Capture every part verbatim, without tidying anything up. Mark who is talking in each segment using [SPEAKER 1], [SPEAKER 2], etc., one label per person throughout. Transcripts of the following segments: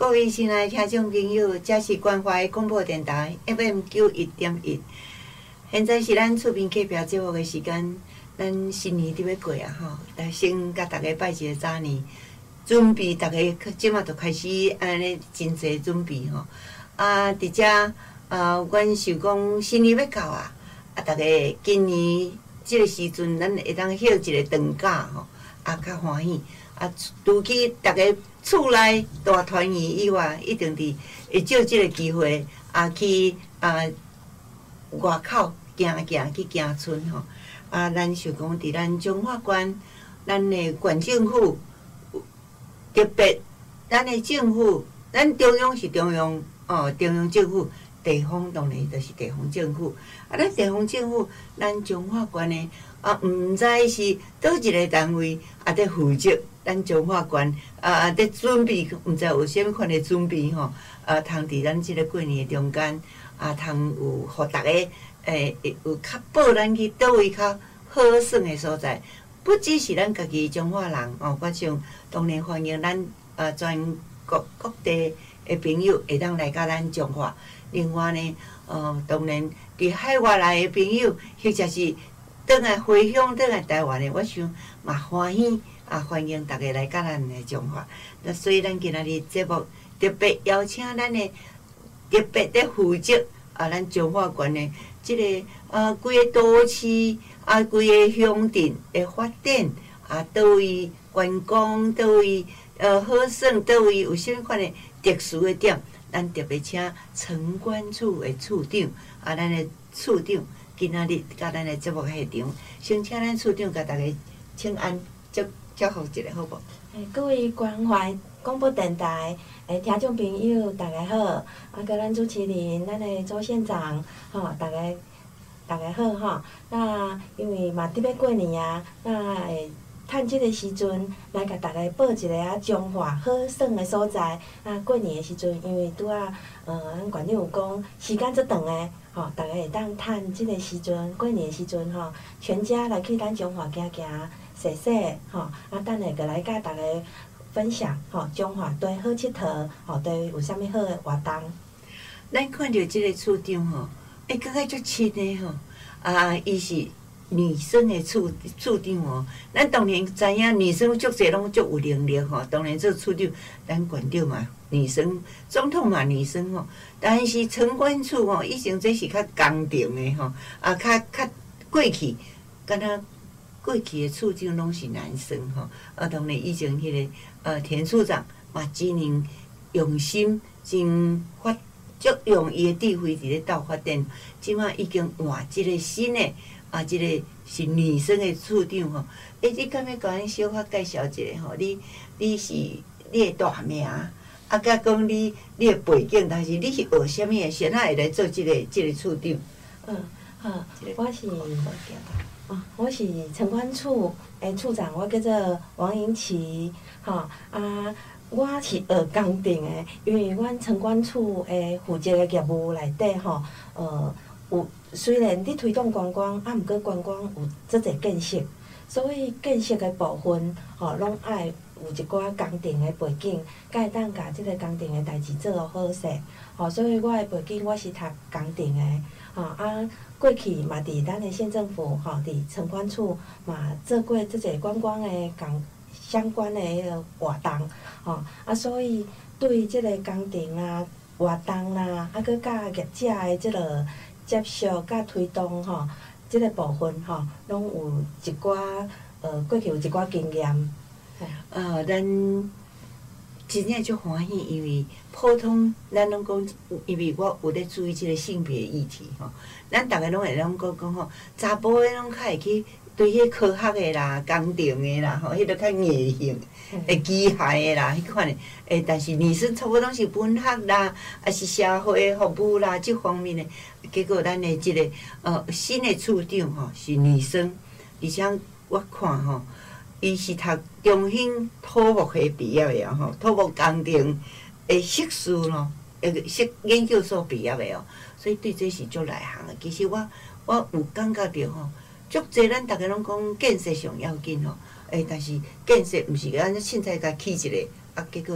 [SPEAKER 1] 各位亲爱的听众朋友，这是关怀广播电台 F M 九一点一。现在是咱厝边客票节目的时间，咱新年伫要过啊吼，来先甲大家拜一个早年，准备大家即马就开始安尼真济准备吼。啊，伫遮啊，阮想讲新年要到啊，啊，大家今年即个时阵，咱会当歇一个长假吼，啊，较欢喜。啊，除去大家厝内大团圆以外，一定伫会借即个机会啊去啊外口行行去行村吼。啊，咱想讲伫咱中华县，咱的县政府特别，咱的政府，咱中央是中央哦，中央政府，地方当然就是地方政府。啊，咱地方政府，咱中华县的啊，毋知是倒一个单位啊伫负责。咱中华县啊，伫准备，毋知有啥物款的准备吼？啊，通伫咱即个过年的中间，啊，通有互逐个诶，有较报咱去倒位较好耍的所在。不只是咱家己中华人哦，我想当然欢迎咱啊全国各地的朋友会当来甲咱中华。另外呢，呃，当然伫海外来的朋友，或者是倒来回乡倒来台湾的，我想嘛欢喜。啊，欢迎大家来甲咱的中华。那所以咱今仔日节目特别邀请咱的特别的负责啊，咱中华县的即、这个啊，规个都市啊，规个乡镇的发展啊，倒位观光，倒位呃好耍，倒位有啥物款的特殊的点，咱特别请城管处的处长啊，咱的处长今仔日甲咱的节目现场，先请咱处长甲大家请安，祝。祝福一下好无？
[SPEAKER 2] 诶，各位关怀广播电台诶听众朋友，大家好！啊，甲咱主持人，咱的周县长，吼、哦，大家大家好吼。那因为嘛伫要过年啊，那会趁即个时阵来甲大家报一个啊中华好耍的所在。那过年的时阵，因为拄啊，呃，咱馆长有讲时间足长诶，吼、哦，大家会当趁即个时阵，过年的时阵吼，全家来去咱中华行行。踅踅吼，啊，等下过来甲大家分享吼，中华对好佚佗吼，对有啥物好诶活动。
[SPEAKER 1] 咱看到即个处长吼，哎，感觉足亲诶吼，啊，伊是女生诶处处长哦。咱当然知影女生足侪拢足有能力吼，当然做处长，咱县长嘛，女生，总统嘛女生吼。但是城管处吼，以前这是较公平诶吼，啊，较较过去，敢若。过去的处长拢是男生吼，啊，当然以前迄、那个呃田处长嘛，真能用心，真发足用伊的智慧伫咧斗发展。即马已经换即个新的啊，即、这个是女生的处长吼。诶、欸，你敢要甲咱小可介绍一下吼？你你是你的大名，啊，甲讲你你的背景，但是你是学啥物的？先哪会来做即、这个即、这个处长？
[SPEAKER 2] 嗯，好，我是。哦、我是城管处诶处长，我叫做王银琪，吼、哦、啊，我是学工程诶，因为阮城管处诶负责诶业务内底吼，呃，有虽然伫推动观光，啊，毋过观光有足侪建设，所以建设诶部分吼，拢、哦、爱有一寡工程诶背景，才会当甲即个工程诶代志做落好势，吼、哦，所以我诶背景我是读工程诶，吼、哦、啊。过去嘛，伫咱的县政府吼，伫城管处嘛做过即个观光的共相关的迄个活动吼，啊，所以对即个工程啊、活动啦，啊，佮甲业者的即个接触、甲推动吼，即、这个部分吼，拢有一寡呃，过去有一寡经验。
[SPEAKER 1] 呃，咱真正足欢喜，因为普通咱拢讲，因为我有咧注意即个性别议题吼。咱逐个拢会拢讲讲吼，查甫诶拢较会去对迄科学诶啦、工程诶啦，吼，迄个较艺性、诶机械诶啦，迄款诶。诶，但是女生差不多拢是文学啦，啊是社会服务啦，即方面诶。结果咱诶即个呃新诶处长吼是女生，而且我看吼，伊是读中兴土木系毕业诶吼，土木工程诶硕士咯，诶硕研究所毕业诶哦。所以对这是足内行诶。其实我我有感觉着吼，足侪咱逐个拢讲建设上要紧吼，诶，但是建设毋是安尼凊彩甲起一个，啊，结果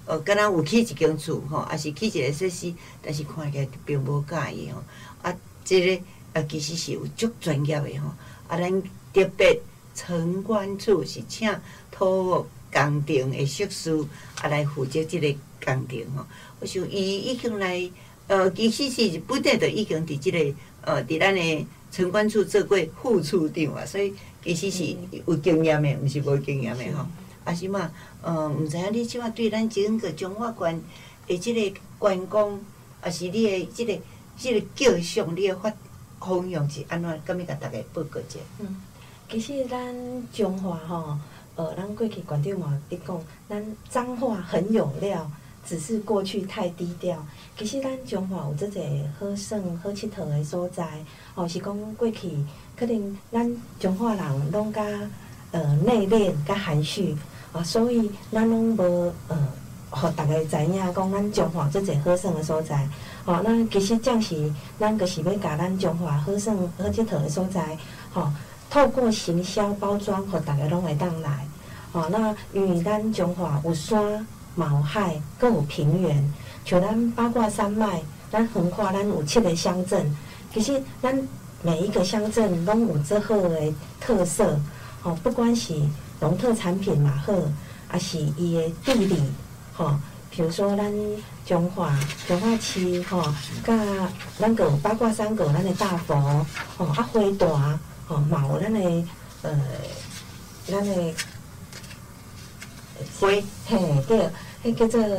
[SPEAKER 1] 呃，敢若有起一间厝吼，还是起一个设施，但是看起来并无介意吼。啊，即、这个啊，其实是有足专业的吼。啊，咱特别城管处是请土木工程的硕士啊来负责即个工程吼。我想伊已经来，呃，其实是本地就已经伫即、这个呃，伫咱的城管处做过副处长啊，所以其实是有经验的，毋是无经验的吼。啊是嘛，呃，毋知影你即马对咱整个中华县的即个观光，啊是你的即、这个即、这个教育，你的发方向是安怎？敢要甲大家报告者？
[SPEAKER 2] 嗯，其实咱中华吼，呃，咱过去县长嘛伫讲，咱彰化很有料，只是过去太低调。其实咱中华有即个好耍、好佚佗的所在，吼是讲过去可能咱中华人拢较呃内敛、较含蓄。啊，所以咱拢无呃，互大家知影讲咱中华即个好耍的所在。吼，那其实正是咱就是要甲咱中华好耍、好佚佗的所在，吼，透过行销包装，互大家拢会当来。吼，那因为咱中华有山、嘛有海，阁有平原，像咱八卦山脉，咱横跨咱有七个乡镇，其实咱每一个乡镇拢有这好的特色。吼，不管是农特产品嘛好，啊是伊的地理，吼，比如说咱中华中华市吼，甲咱个八卦山个咱的大佛，吼啊花大，吼嘛有咱的呃咱的
[SPEAKER 1] 花，
[SPEAKER 2] 嘿对，迄叫做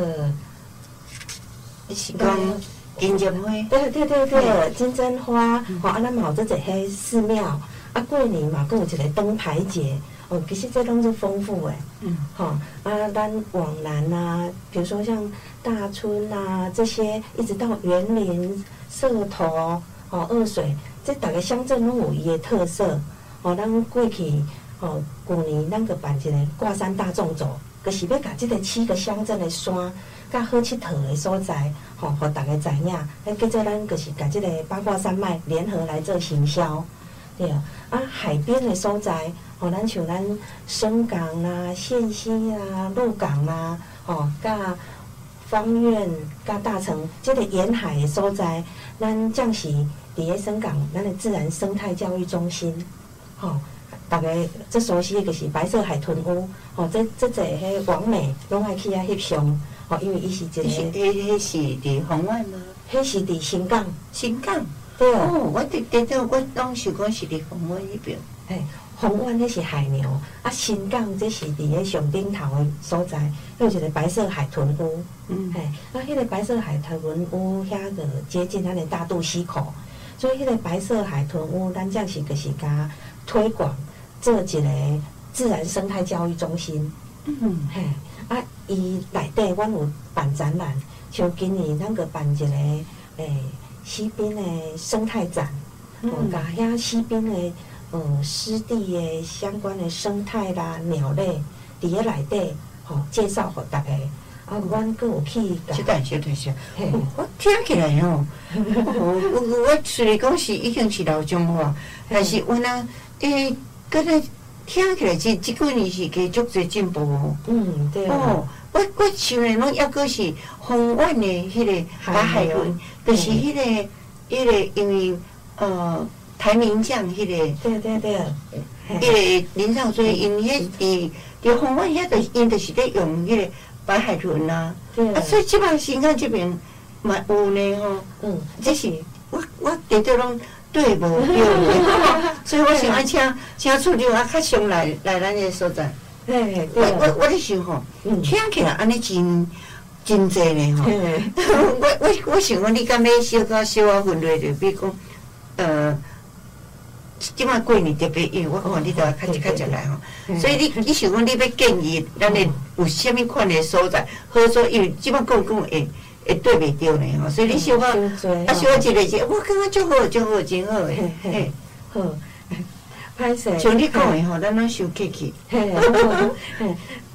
[SPEAKER 1] 是讲金针花，
[SPEAKER 2] 对对对对，金针花，吼啊咱嘛有做一迄寺庙，啊过年嘛，阁有一个灯牌节。哦，其实这拢是丰富诶，嗯，好、哦、啊，咱往南啊，比如说像大村啊这些，一直到园林、社头、哦二水，这大个乡镇拢有伊诶特色。哦，咱过去哦，旧年咱个办一个挂山大众走，就是要甲即个七个乡镇的山，甲好佚佗的所在，吼、哦，互大家知影。咱叫做咱就是甲即个八卦山脉联合来做行销，对啊。啊，海边的所在。吼，咱像咱深港啦、线溪啦、鹿港啦，吼，甲芳苑、甲大城，即个沿海的所在，咱将是伫个深港，咱的自然生态教育中心，吼，大家最熟悉的就是白色海豚屋，吼，这这这迄网美拢爱去遐翕相，吼，因为伊是一个。
[SPEAKER 1] 迄迄是伫红湾吗？
[SPEAKER 2] 迄是伫新港。
[SPEAKER 1] 新港。
[SPEAKER 2] 对啊。
[SPEAKER 1] 哦，我伫伫到我拢想讲是伫红湾迄边。
[SPEAKER 2] 嘿。红湾迄是海牛，啊新港这是伫个上顶头的所在，有一个白色海豚屋，嗯，嘿，啊，迄个白色海豚屋遐个接近咱的大肚溪口，所以迄个白色海豚屋，咱这是就是甲推广做一个自然生态教育中心，嗯，嘿，啊，伊内底阮有办展览，像今年咱个办一个诶西滨的生态展，哦，甲遐西滨的。呃，湿地的相关的生态啦、鸟类，伫个内底，吼介绍互大家。啊，阮阁有去。
[SPEAKER 1] 小等小等小，我听起来吼，我我虽然讲是已经是老中华，但是我呢，诶，刚才听起来这这几年是加足侪进步哦。
[SPEAKER 2] 嗯，对
[SPEAKER 1] 哦，我我想的拢抑阁是宏远的迄个白海豚，就是迄个迄个因为呃。台名将迄个，
[SPEAKER 2] 对对对，
[SPEAKER 1] 迄个林上水，因迄伫伫红湾遐，就是因就是咧用迄个白海豚啊，啊，所以即摆新港这边嘛有呢吼，嗯，这是我我伫倒拢对无对，所以我想要请请处长啊较常来来咱个所在，
[SPEAKER 2] 对
[SPEAKER 1] 我我我咧想吼，听起来安尼真真济呢吼，我我我想讲你敢要小可小可分类，就比如讲，呃。即摆过年特别，因为我看你都较一较入来吼，所以你你想讲你要建议咱的有啥物款的所在，好做，因为即摆讲讲会会对袂着呢吼，所以你小可啊小可一个一个，我感觉足好足好真好诶，嘿，
[SPEAKER 2] 好，歹势，
[SPEAKER 1] 像你讲的吼，咱拢收客气，
[SPEAKER 2] 嘿，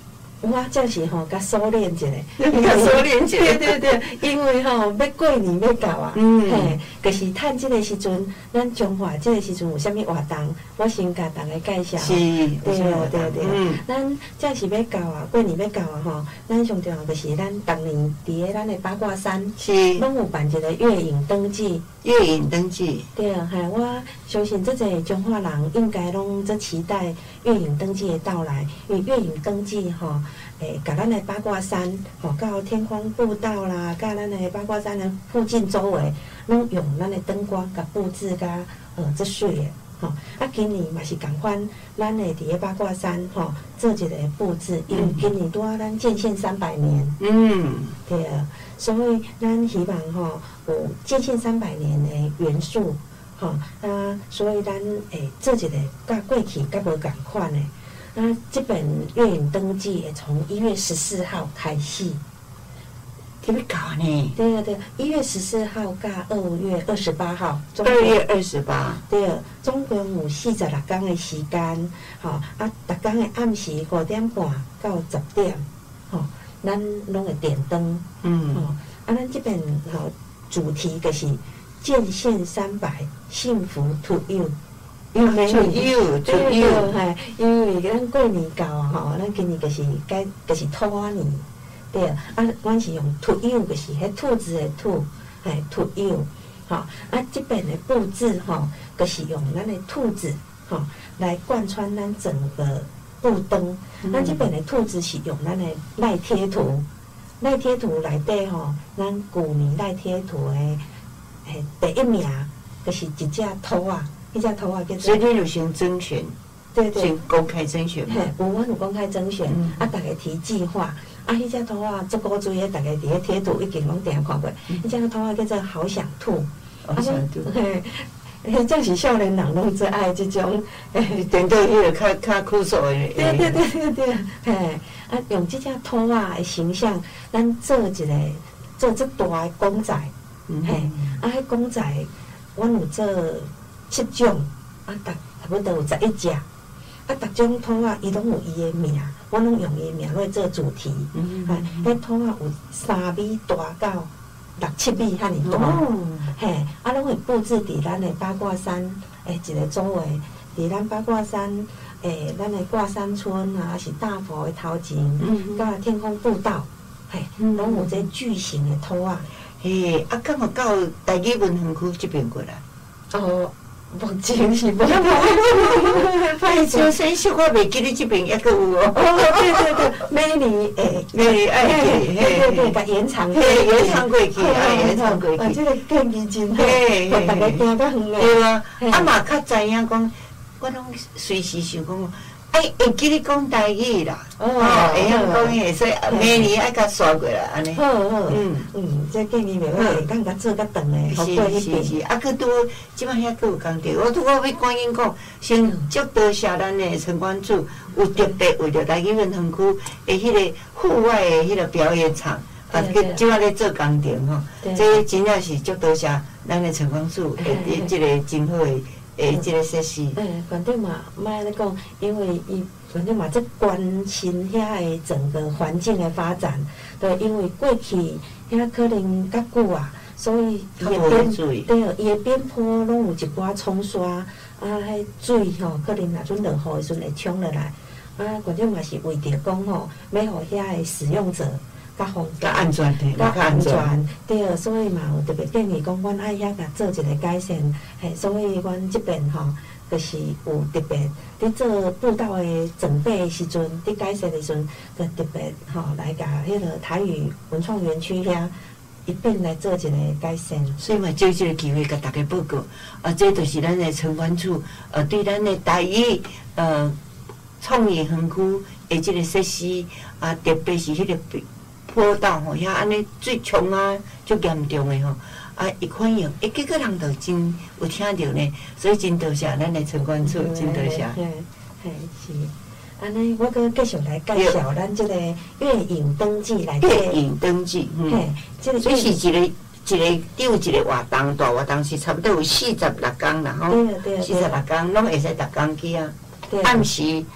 [SPEAKER 2] 我则是吼，甲收敛一下，
[SPEAKER 1] 甲收敛一下。
[SPEAKER 2] 对对对，因为吼要过年要到啊，
[SPEAKER 1] 嗯，
[SPEAKER 2] 嘿，就是趁即个时阵，咱中华即个时阵有啥物活动，我先甲大家介绍。
[SPEAKER 1] 是，
[SPEAKER 2] 对对对，
[SPEAKER 1] 嗯，
[SPEAKER 2] 咱则是要到啊，过年要到啊吼，咱上重要就是咱逐年伫个咱的八卦山，
[SPEAKER 1] 是，
[SPEAKER 2] 拢有办一个月影登记。
[SPEAKER 1] 月影登记。
[SPEAKER 2] 对，嘿，我相信这个中华人应该拢在期待月影登记的到来，因为月影登记吼。诶，甲咱的八卦山，吼，到天空步道啦，甲咱的八卦山的附近周围，拢用咱的灯光甲布置甲呃遮水的，吼。啊，今年嘛是共款，咱的伫个八卦山，吼，做一个布置，因为今年拄啊咱建县三百年，
[SPEAKER 1] 嗯，
[SPEAKER 2] 对啊，所以咱希望吼有建县三百年的元素，吼，啊，所以咱诶做一个甲过去甲无共款的。那这本月影登记也从一月十四号开始，
[SPEAKER 1] 特别搞呢。
[SPEAKER 2] 对对，一月十四号到二月二十八号，
[SPEAKER 1] 二月二十八，
[SPEAKER 2] 对，总共有四十六天的时间，吼啊，逐天的暗时五点半到十点，吼，咱拢会点灯，
[SPEAKER 1] 嗯，
[SPEAKER 2] 吼，啊，咱这本吼主题就是建县三百，幸福 to you。因为
[SPEAKER 1] 出游，出游，
[SPEAKER 2] 嘿，因为咱过年到啊吼，咱今年就是该就是兔仔年，对啊，啊，阮是用兔幼，就是迄兔子的兔，嘿，兔幼，吼，啊，这边的布置吼，就是用咱的兔子吼来贯穿咱整个布灯，咱这边的兔子是用咱的赖贴图，赖贴图内底吼，咱旧年赖贴图的嘿第一名就是一只兔仔。一只兔仔叫做，
[SPEAKER 1] 所以你有先甄选，
[SPEAKER 2] 对对，
[SPEAKER 1] 先公开甄选嘛。
[SPEAKER 2] 嘿，有阮有公开甄选，嗯、啊，大家提计划，啊，迄只兔仔足古锥的，大家伫个贴图已经拢定看过。迄只兔仔叫做好想吐，
[SPEAKER 1] 好想吐，
[SPEAKER 2] 嘿，迄正是少年人拢最爱即种，
[SPEAKER 1] 嘿，点到迄个较较酷手的。
[SPEAKER 2] 对对对对对，嘿，啊，用即只兔仔的形象，咱做一个做这大的公仔，嘿，啊，迄公仔，阮有做。七种啊，逐差不多有十一只，啊，逐种兔仔伊拢有伊的名，我拢用伊的名来做主题。嗯，哎，迄兔仔有三米大到六七米遐尼大，哦、嘿，啊，拢会布置伫咱的八卦山诶一个周围，伫咱八卦山诶，咱的挂山村啊，是大佛的头前，嗯，甲天空步道，嘿，拢有这巨型的兔仔。
[SPEAKER 1] 嘿，啊，敢有到台语文园区这边过来？
[SPEAKER 2] 哦。目前是无，
[SPEAKER 1] 歹就先说我袂记你这边抑阁有哦。
[SPEAKER 2] 哦，对对对，每年诶，
[SPEAKER 1] 每年爱去，
[SPEAKER 2] 对对对，甲延长，
[SPEAKER 1] 嘿，延长过去，啊，延长过去。
[SPEAKER 2] 啊，这个建议真好，互大家行较远诶。
[SPEAKER 1] 对啊，啊嘛较知影讲，我拢随时想讲。哎，会记你讲台语啦，哦，会晓讲诶，所以明年爱甲刷过来安尼。
[SPEAKER 2] 好好，嗯嗯，这建议袂歹，敢甲做较长诶，
[SPEAKER 1] 是是是，啊，佮拄即摆遐佮有工地，我拄我要赶紧讲，先足多谢咱诶城管处有特别为着台语文园区诶迄个户外诶迄个表演场，啊，佮即摆咧做工程吼，这真正是足多谢咱诶城管处诶即个真好诶。诶，即个设施。
[SPEAKER 2] 嗯，反正嘛，莫咧讲，因为伊反正嘛，即关心遐个整个环境的发展，对，因为过去遐可能较久啊，所以伊的边对，伊的边坡拢有一寡冲刷，啊，迄水吼，可能若阵落雨时阵会冲落来，啊，反正嘛是为着讲吼，要互遐个使用者。较方便、
[SPEAKER 1] 较安全的，
[SPEAKER 2] 较安全，对，所以嘛有特别建议讲，阮爱遐甲做一个改善，嘿，所以阮这边吼，就是有特别伫做步道的准备的时阵，伫改善的时阵，就特别吼来甲迄个台语文创园区遐一并来做一个改善。
[SPEAKER 1] 所以嘛，借这个机会甲大家报告，啊，这就是咱的城管处，呃，对咱的台语，呃，创意园区的这个设施，啊，特别是迄个。坡道吼，遐安尼最冲啊，足严重的吼，啊，伊款用，诶，结果人就真有听到呢，所以真多谢咱的城管处，真多谢。
[SPEAKER 2] 嘿，嘿是，安尼我搁继续来介绍咱即个月影登记内底。
[SPEAKER 1] 月影登记，
[SPEAKER 2] 嗯，
[SPEAKER 1] 这个所以是一个一个有一个活动，大活动是差不多有四十六天啦吼，四十六天拢会使逐工去啊，暗时。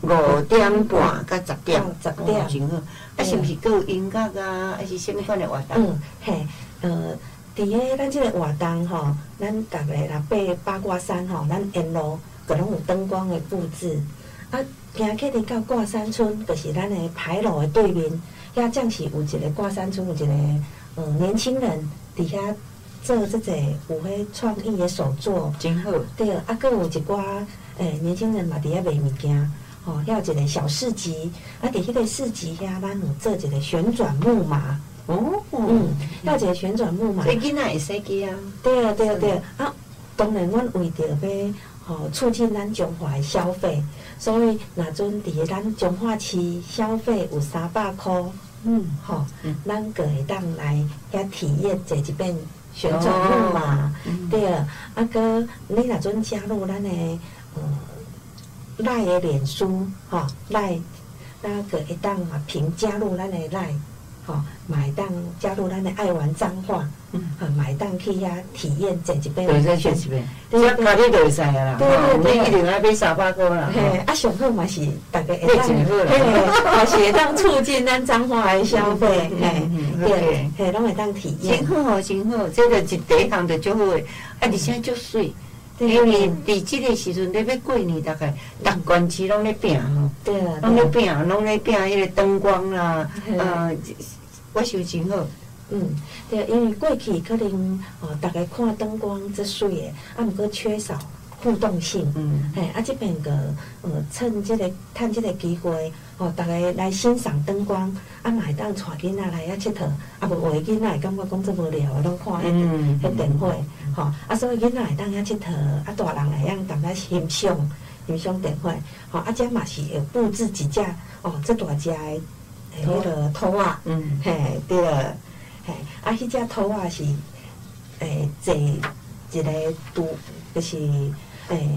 [SPEAKER 1] 五点半到十点，
[SPEAKER 2] 十点
[SPEAKER 1] 真好。啊，是毋是佫有音乐啊？还是啥物款的活动？
[SPEAKER 2] 嗯，嘿，呃，伫个咱即个活动吼，咱逐个若爬八卦山吼，咱沿路个拢有灯光的布置。啊，行去伫到挂山村，就是咱的牌楼的对面，遐正是有一个挂山村有一个呃年轻人伫遐做即个有迄创意的手作，
[SPEAKER 1] 真好。
[SPEAKER 2] 对，啊，佫有一寡诶、欸、年轻人嘛伫遐卖物件。哦，遐有一个小市集，啊，伫迄个市集遐，咱有做一个旋转木马。
[SPEAKER 1] 哦，
[SPEAKER 2] 嗯，遐有一个旋转木马。
[SPEAKER 1] 所以囡仔会使去啊。
[SPEAKER 2] 对啊，对啊，对啊。啊，当然，阮为着要吼促进咱中华的消费，所以若阵伫个咱中华市消费有三百箍，嗯，吼，嗯、咱个会当来遐体验坐一遍旋转木马。哦嗯、对啊，啊，佮你若阵加入咱的呃。赖的脸书，吼、哦、赖，那个会当嘛评加入咱的赖，吼、哦，嘛会当加入咱的爱玩脏话，嗯，哈、哦，嘛会当去遐体验坐一遍。
[SPEAKER 1] 对，再坐一遍，只要咖喱就会使啊啦，
[SPEAKER 2] 对对对，
[SPEAKER 1] 你一定要买三百块啦。
[SPEAKER 2] 嘿，啊，上好嘛是大家会当，嘿，嘛是会当促进咱脏话的消费，嘿，对，嘿，拢会当体验。
[SPEAKER 1] 真好，真好，这个是第一项就足好诶，啊，而且足水。因为伫即个时阵，你要过年，大概逐县市拢咧拼吼，
[SPEAKER 2] 对啊，
[SPEAKER 1] 拢咧拼，拢咧拼迄个灯光啦，呃，我想真好。
[SPEAKER 2] 嗯，对，因为过去可能哦，大家看灯光这水诶，啊，毋过缺少互动性。嗯，嘿，啊，这边个呃，趁这个趁这个机会，哦，大家来欣赏灯光，啊，嘛会当带囡仔来遐佚佗，啊，无有诶囡仔会感觉讲这无聊，拢看迄迄电火。吼、哦，啊，所以囡仔会当遐佚佗，啊，大人会当当遐欣赏欣赏电火，吼、哦，啊，这嘛是会布置一只哦，这大只的诶，迄个兔仔，嗯，嘿，对了，嘿，啊，迄只兔仔是诶，坐一个拄，就是诶，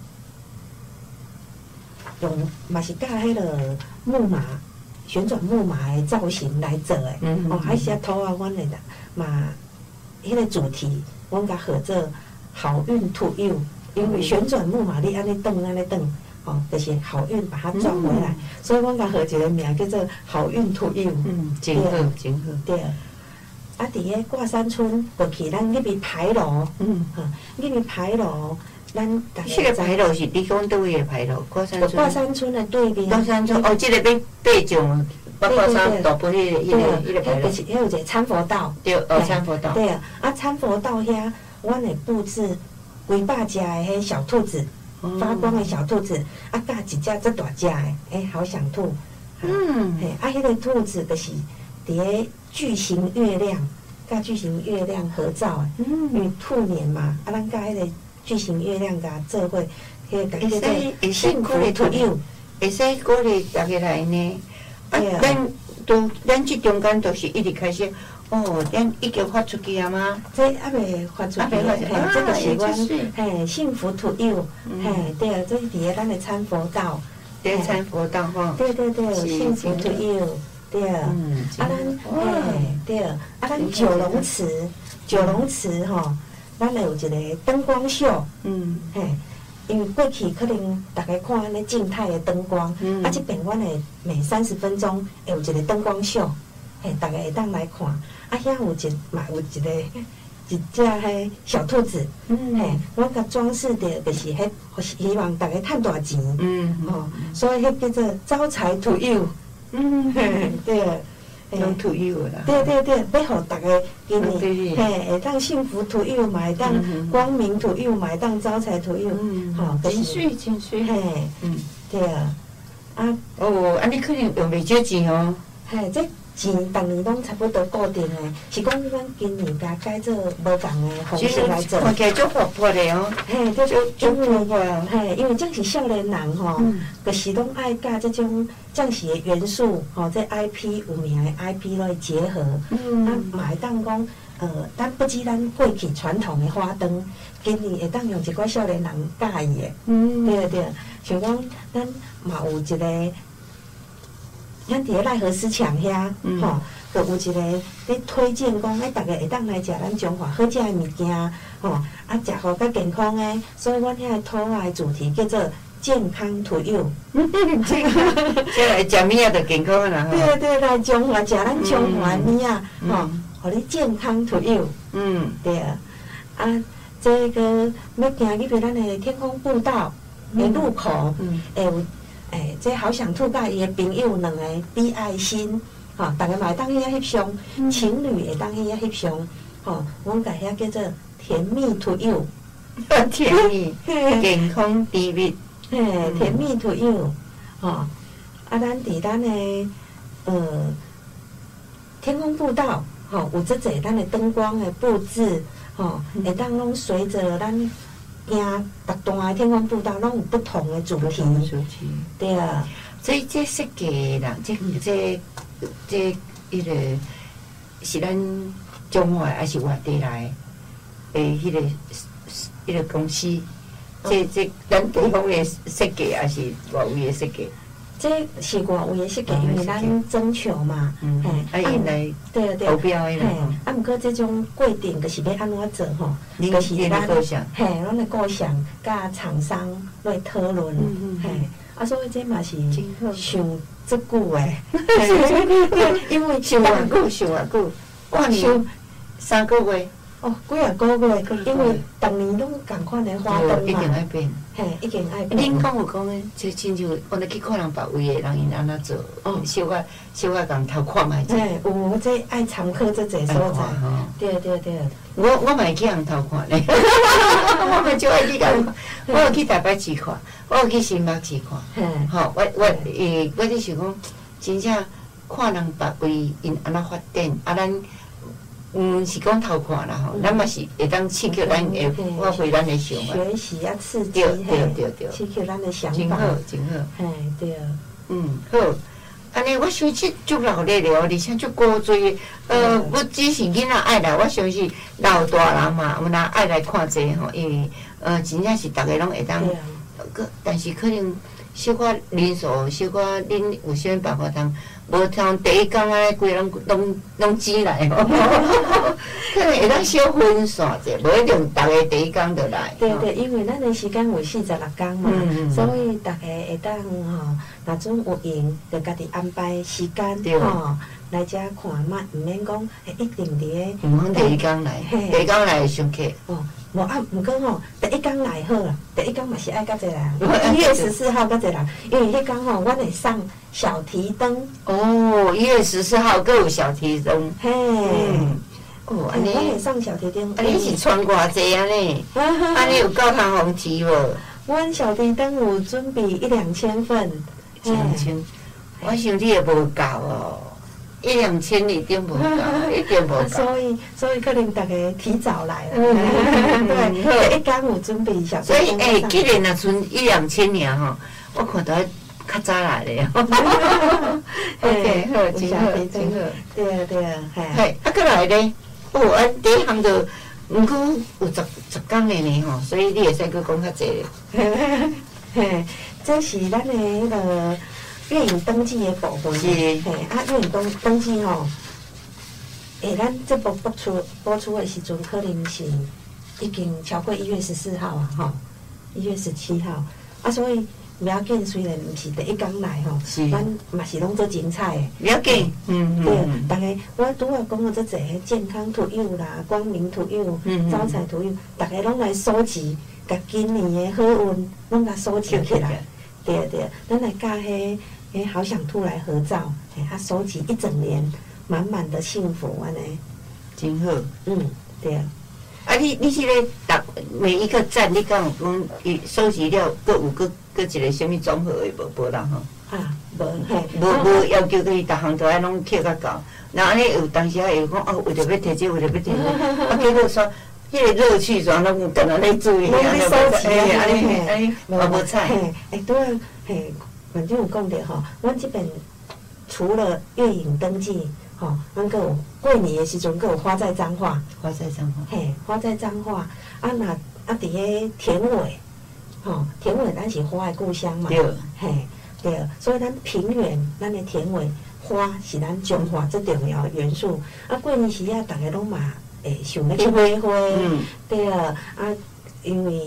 [SPEAKER 2] 用嘛是甲迄个木马旋转木马的造型来做诶，嗯嗯、哦，还是只兔仔，阮诶嘛，迄个主题。阮甲合作好运 to you， 因为旋转木马你安尼蹬安尼蹬，哦，就是好运把它转回来，嗯、所以阮甲合一个名叫做好运 to you。
[SPEAKER 1] 嗯，真好，真好。
[SPEAKER 2] 对。啊，伫个挂山村过去，咱那边牌楼，嗯，哈，那边牌楼，咱大
[SPEAKER 1] 家。这个牌楼是你讲倒位的牌楼？挂山村。
[SPEAKER 2] 挂山村的对面。
[SPEAKER 1] 挂山村哦，这个要爬上。八卦山大埔迄个、迄个、迄个牌楼，
[SPEAKER 2] 就是迄有一个参佛道。
[SPEAKER 1] 对，哦，参佛道。
[SPEAKER 2] 对啊，啊参佛道遐，阮会布置几百只的迄小兔子，发光的小兔子，啊，加一只这大只的，诶，好想兔。嗯。嘿，啊，迄个兔子就是伫个巨型月亮，甲巨型月亮合照诶。嗯。因为兔年嘛，啊，咱甲迄个巨型月亮甲做伙，迄个叫做幸福 to you，
[SPEAKER 1] 会使鼓励大家来呢。啊，咱都咱即中间都是一直开始，哦，咱已经发出去啊吗？
[SPEAKER 2] 这还未发出去，嘿，这个是阮嘿幸福 to you， 嘿，对啊，这是伫个咱的参佛道，
[SPEAKER 1] 对参佛道吼，
[SPEAKER 2] 对对对，幸福 to you， 对啊，嗯，啊咱嘿对啊，啊咱九龙池，九龙池吼，咱有一个灯光秀，嗯，嘿。因为过去可能大家看安尼静态的灯光，嗯、啊，这边阮会每三十分钟会有一个灯光秀，嘿，大家会当来看。啊，遐有一嘛有一个一只迄小兔子，嗯、嘿，阮甲装饰的就是迄，希望大家赚大钱，嗯，哦，所以迄叫做招财 to you， 嗯，嘿，对。
[SPEAKER 1] 拢 to you 啦，
[SPEAKER 2] 对对对，要互大家今年嘿，会当幸福 to you， 嘛会当光明 to you， 嘛会当招财 to you，
[SPEAKER 1] 吼，真水真水，
[SPEAKER 2] 嘿，嗯，对啊，
[SPEAKER 1] 啊，哦，啊，你可能用袂少钱哦，
[SPEAKER 2] 嘿，这钱逐年拢差不多固定诶，是讲咱今年甲改做无共诶方式来做，
[SPEAKER 1] 看起来足活泼诶哦，
[SPEAKER 2] 嘿，足足活泼啊，嘿，因为正是少年人吼，就是拢爱甲这种正是诶元素，吼，这 I P 有名诶 I P 来结合，嗯，啊，嘛会当讲，呃，咱不止咱过去传统诶花灯，今年会当用一寡少年人喜意诶，嗯，对对，像讲咱嘛有一个。咱伫个奈何市场遐，吼，就有一个咧推荐讲，诶，大家会当来食咱中华好食诶物件，吼，啊，食好较健康诶。所以阮遐个兔仔诶主题叫做健康土幼。
[SPEAKER 1] 健康，将来食物仔就健康啦吼。
[SPEAKER 2] 对对，来中华食咱中华物仔，吼，互你健康土幼。
[SPEAKER 1] 嗯，
[SPEAKER 2] 对啊，啊，这个要行入去咱的天空步道的路口，会有诶，这好想吐甲伊的朋友两个比爱心，吼，大家嘛会当去遐翕相，情侣会当去遐翕相，吼，阮甲遐叫做甜蜜土幼。
[SPEAKER 1] 甜蜜，健康甜蜜，
[SPEAKER 2] 嘿，甜蜜土幼，吼，啊，咱伫咱的呃天空步道，吼，有即个咱的灯光的布置，吼，会当拢随着咱行逐段的天空步道，拢有不同的主题，
[SPEAKER 1] 主题，
[SPEAKER 2] 对啊，
[SPEAKER 1] 这这设计的人，这这这迄个是咱中华还是外地来的？诶，迄个。迄个公司，这这咱地方的设计，还是外位的设计？
[SPEAKER 2] 这是外位的设计，因为咱征求嘛，
[SPEAKER 1] 嗯，啊，因来
[SPEAKER 2] 对对
[SPEAKER 1] 投标的啦。
[SPEAKER 2] 啊，毋过这种过程就是要安怎做吼？
[SPEAKER 1] 就是咱构想，
[SPEAKER 2] 嘿，咱的构想，甲厂商来讨论，嘿，啊，所以这嘛是想足久的，因为
[SPEAKER 1] 想偌久，想偌久，半年、三个月。
[SPEAKER 2] 哦，几啊个月，因为逐年拢共款的花灯嘛，
[SPEAKER 1] 一定爱变，
[SPEAKER 2] 嘿，一定爱变。
[SPEAKER 1] 恁讲有讲诶，就亲像我来去看人别位诶，人因安怎做，哦，小可小可共偷看卖者。
[SPEAKER 2] 嘿，有这爱常客这侪所在，对对对。
[SPEAKER 1] 我我嘛会去人偷看咧，我嘛就爱去人看，我有去台北市看，我有去新北市看，吼，我我诶，我咧想讲，真正看人别位因安怎发展，啊咱。嗯，是讲偷看啦吼，咱嘛是会当刺激咱会发挥咱的想法，
[SPEAKER 2] 学习啊，刺激，
[SPEAKER 1] 对对对对，
[SPEAKER 2] 刺激咱的想法，
[SPEAKER 1] 真好真好，
[SPEAKER 2] 嘿对，
[SPEAKER 1] 嗯好，安尼我相信足热烈的哦，而且足高追，呃，不只是囡仔爱来，我相信老大人嘛，有人爱来看这吼，因为呃，真正是大家拢会当，个但是可能小可人数，小可恁有啥办法通？无像第一天啊，规个拢拢拢挤来哦，可能会当小分散者，无一定逐个第一天就来。
[SPEAKER 2] 对对，因为咱的时间有四十六天嘛，所以大家会当吼，若种有闲，就家己安排时间吼来遮看嘛，毋免讲一定伫咧。
[SPEAKER 1] 毋通第一天来，第一天来上课。
[SPEAKER 2] 哦，无啊，毋过吼，第一天来好啦，第一天嘛是爱较济人，一月十四号较济人，因为迄天吼，阮会上小提灯。
[SPEAKER 1] 哦，一月十四号各有小提灯。
[SPEAKER 2] 嘿，
[SPEAKER 1] 哦，安尼。
[SPEAKER 2] 阮会上小提灯。
[SPEAKER 1] 安尼是穿偌济安尼？安尼有够通互提无？
[SPEAKER 2] 阮小提灯有准备一两千份。
[SPEAKER 1] 一两千，我想你也无够哦。一两千一定无够，一定无够。
[SPEAKER 2] 所以，所以可能大家提早来了。对，一天有准备小。
[SPEAKER 1] 所以，诶，既然若剩一两千尔吼，我看到较早来咧。OK， 好，真好，真好。
[SPEAKER 2] 对啊，对啊，
[SPEAKER 1] 嘿。啊，过来咧，哦，啊，第一项就毋过有十十天的呢吼，所以你会使佮讲较济咧。
[SPEAKER 2] 嘿，这是咱的迄个。月影登记的部分，嘿，啊，月影登登记吼，诶，咱这部播出播出的时阵，可能是已经超过一月十四号啊，吼，一月十七号，啊，所以不要紧，虽然毋是第一天来吼，咱嘛是拢做精彩的，
[SPEAKER 1] 不要紧，嗯
[SPEAKER 2] 对，大家我拄啊讲的这个健康土幼啦，光明土幼，招财土幼，大家拢来收集，甲今年的好运拢甲收集起来，对对，咱来甲迄。诶，好想吐来合照，诶，他收集一整年满满的幸福，安尼，
[SPEAKER 1] 真好。
[SPEAKER 2] 嗯，对啊。
[SPEAKER 1] 啊，你你是咧打每一个站，你敢有讲伊收集了，各有各各一个什么综合的无无啦吼？
[SPEAKER 2] 啊，无嘿，
[SPEAKER 1] 无无要求伊逐项都爱拢摕较高。那安尼有当时啊会讲哦，为着要摕这，为着要摕这，啊，结果说迄个乐趣全拢有跟人咧注意，
[SPEAKER 2] 拢咧收集，
[SPEAKER 1] 安尼安尼嘛无错。
[SPEAKER 2] 嘿，诶，对啊，嘿。反正有讲着吼，阮这边除了月影登记，吼，咱个有过年的时阵，个有花在彰化，
[SPEAKER 1] 花在彰化，
[SPEAKER 2] 嘿，花在彰化，啊那啊伫个田尾，吼，田尾咱是花的故乡嘛，
[SPEAKER 1] 对，
[SPEAKER 2] 嘿，对，所以咱平原，咱的田尾花是咱中华最重要的元素。啊，过年时啊，大家拢嘛会想要去买花，对啊，啊，因为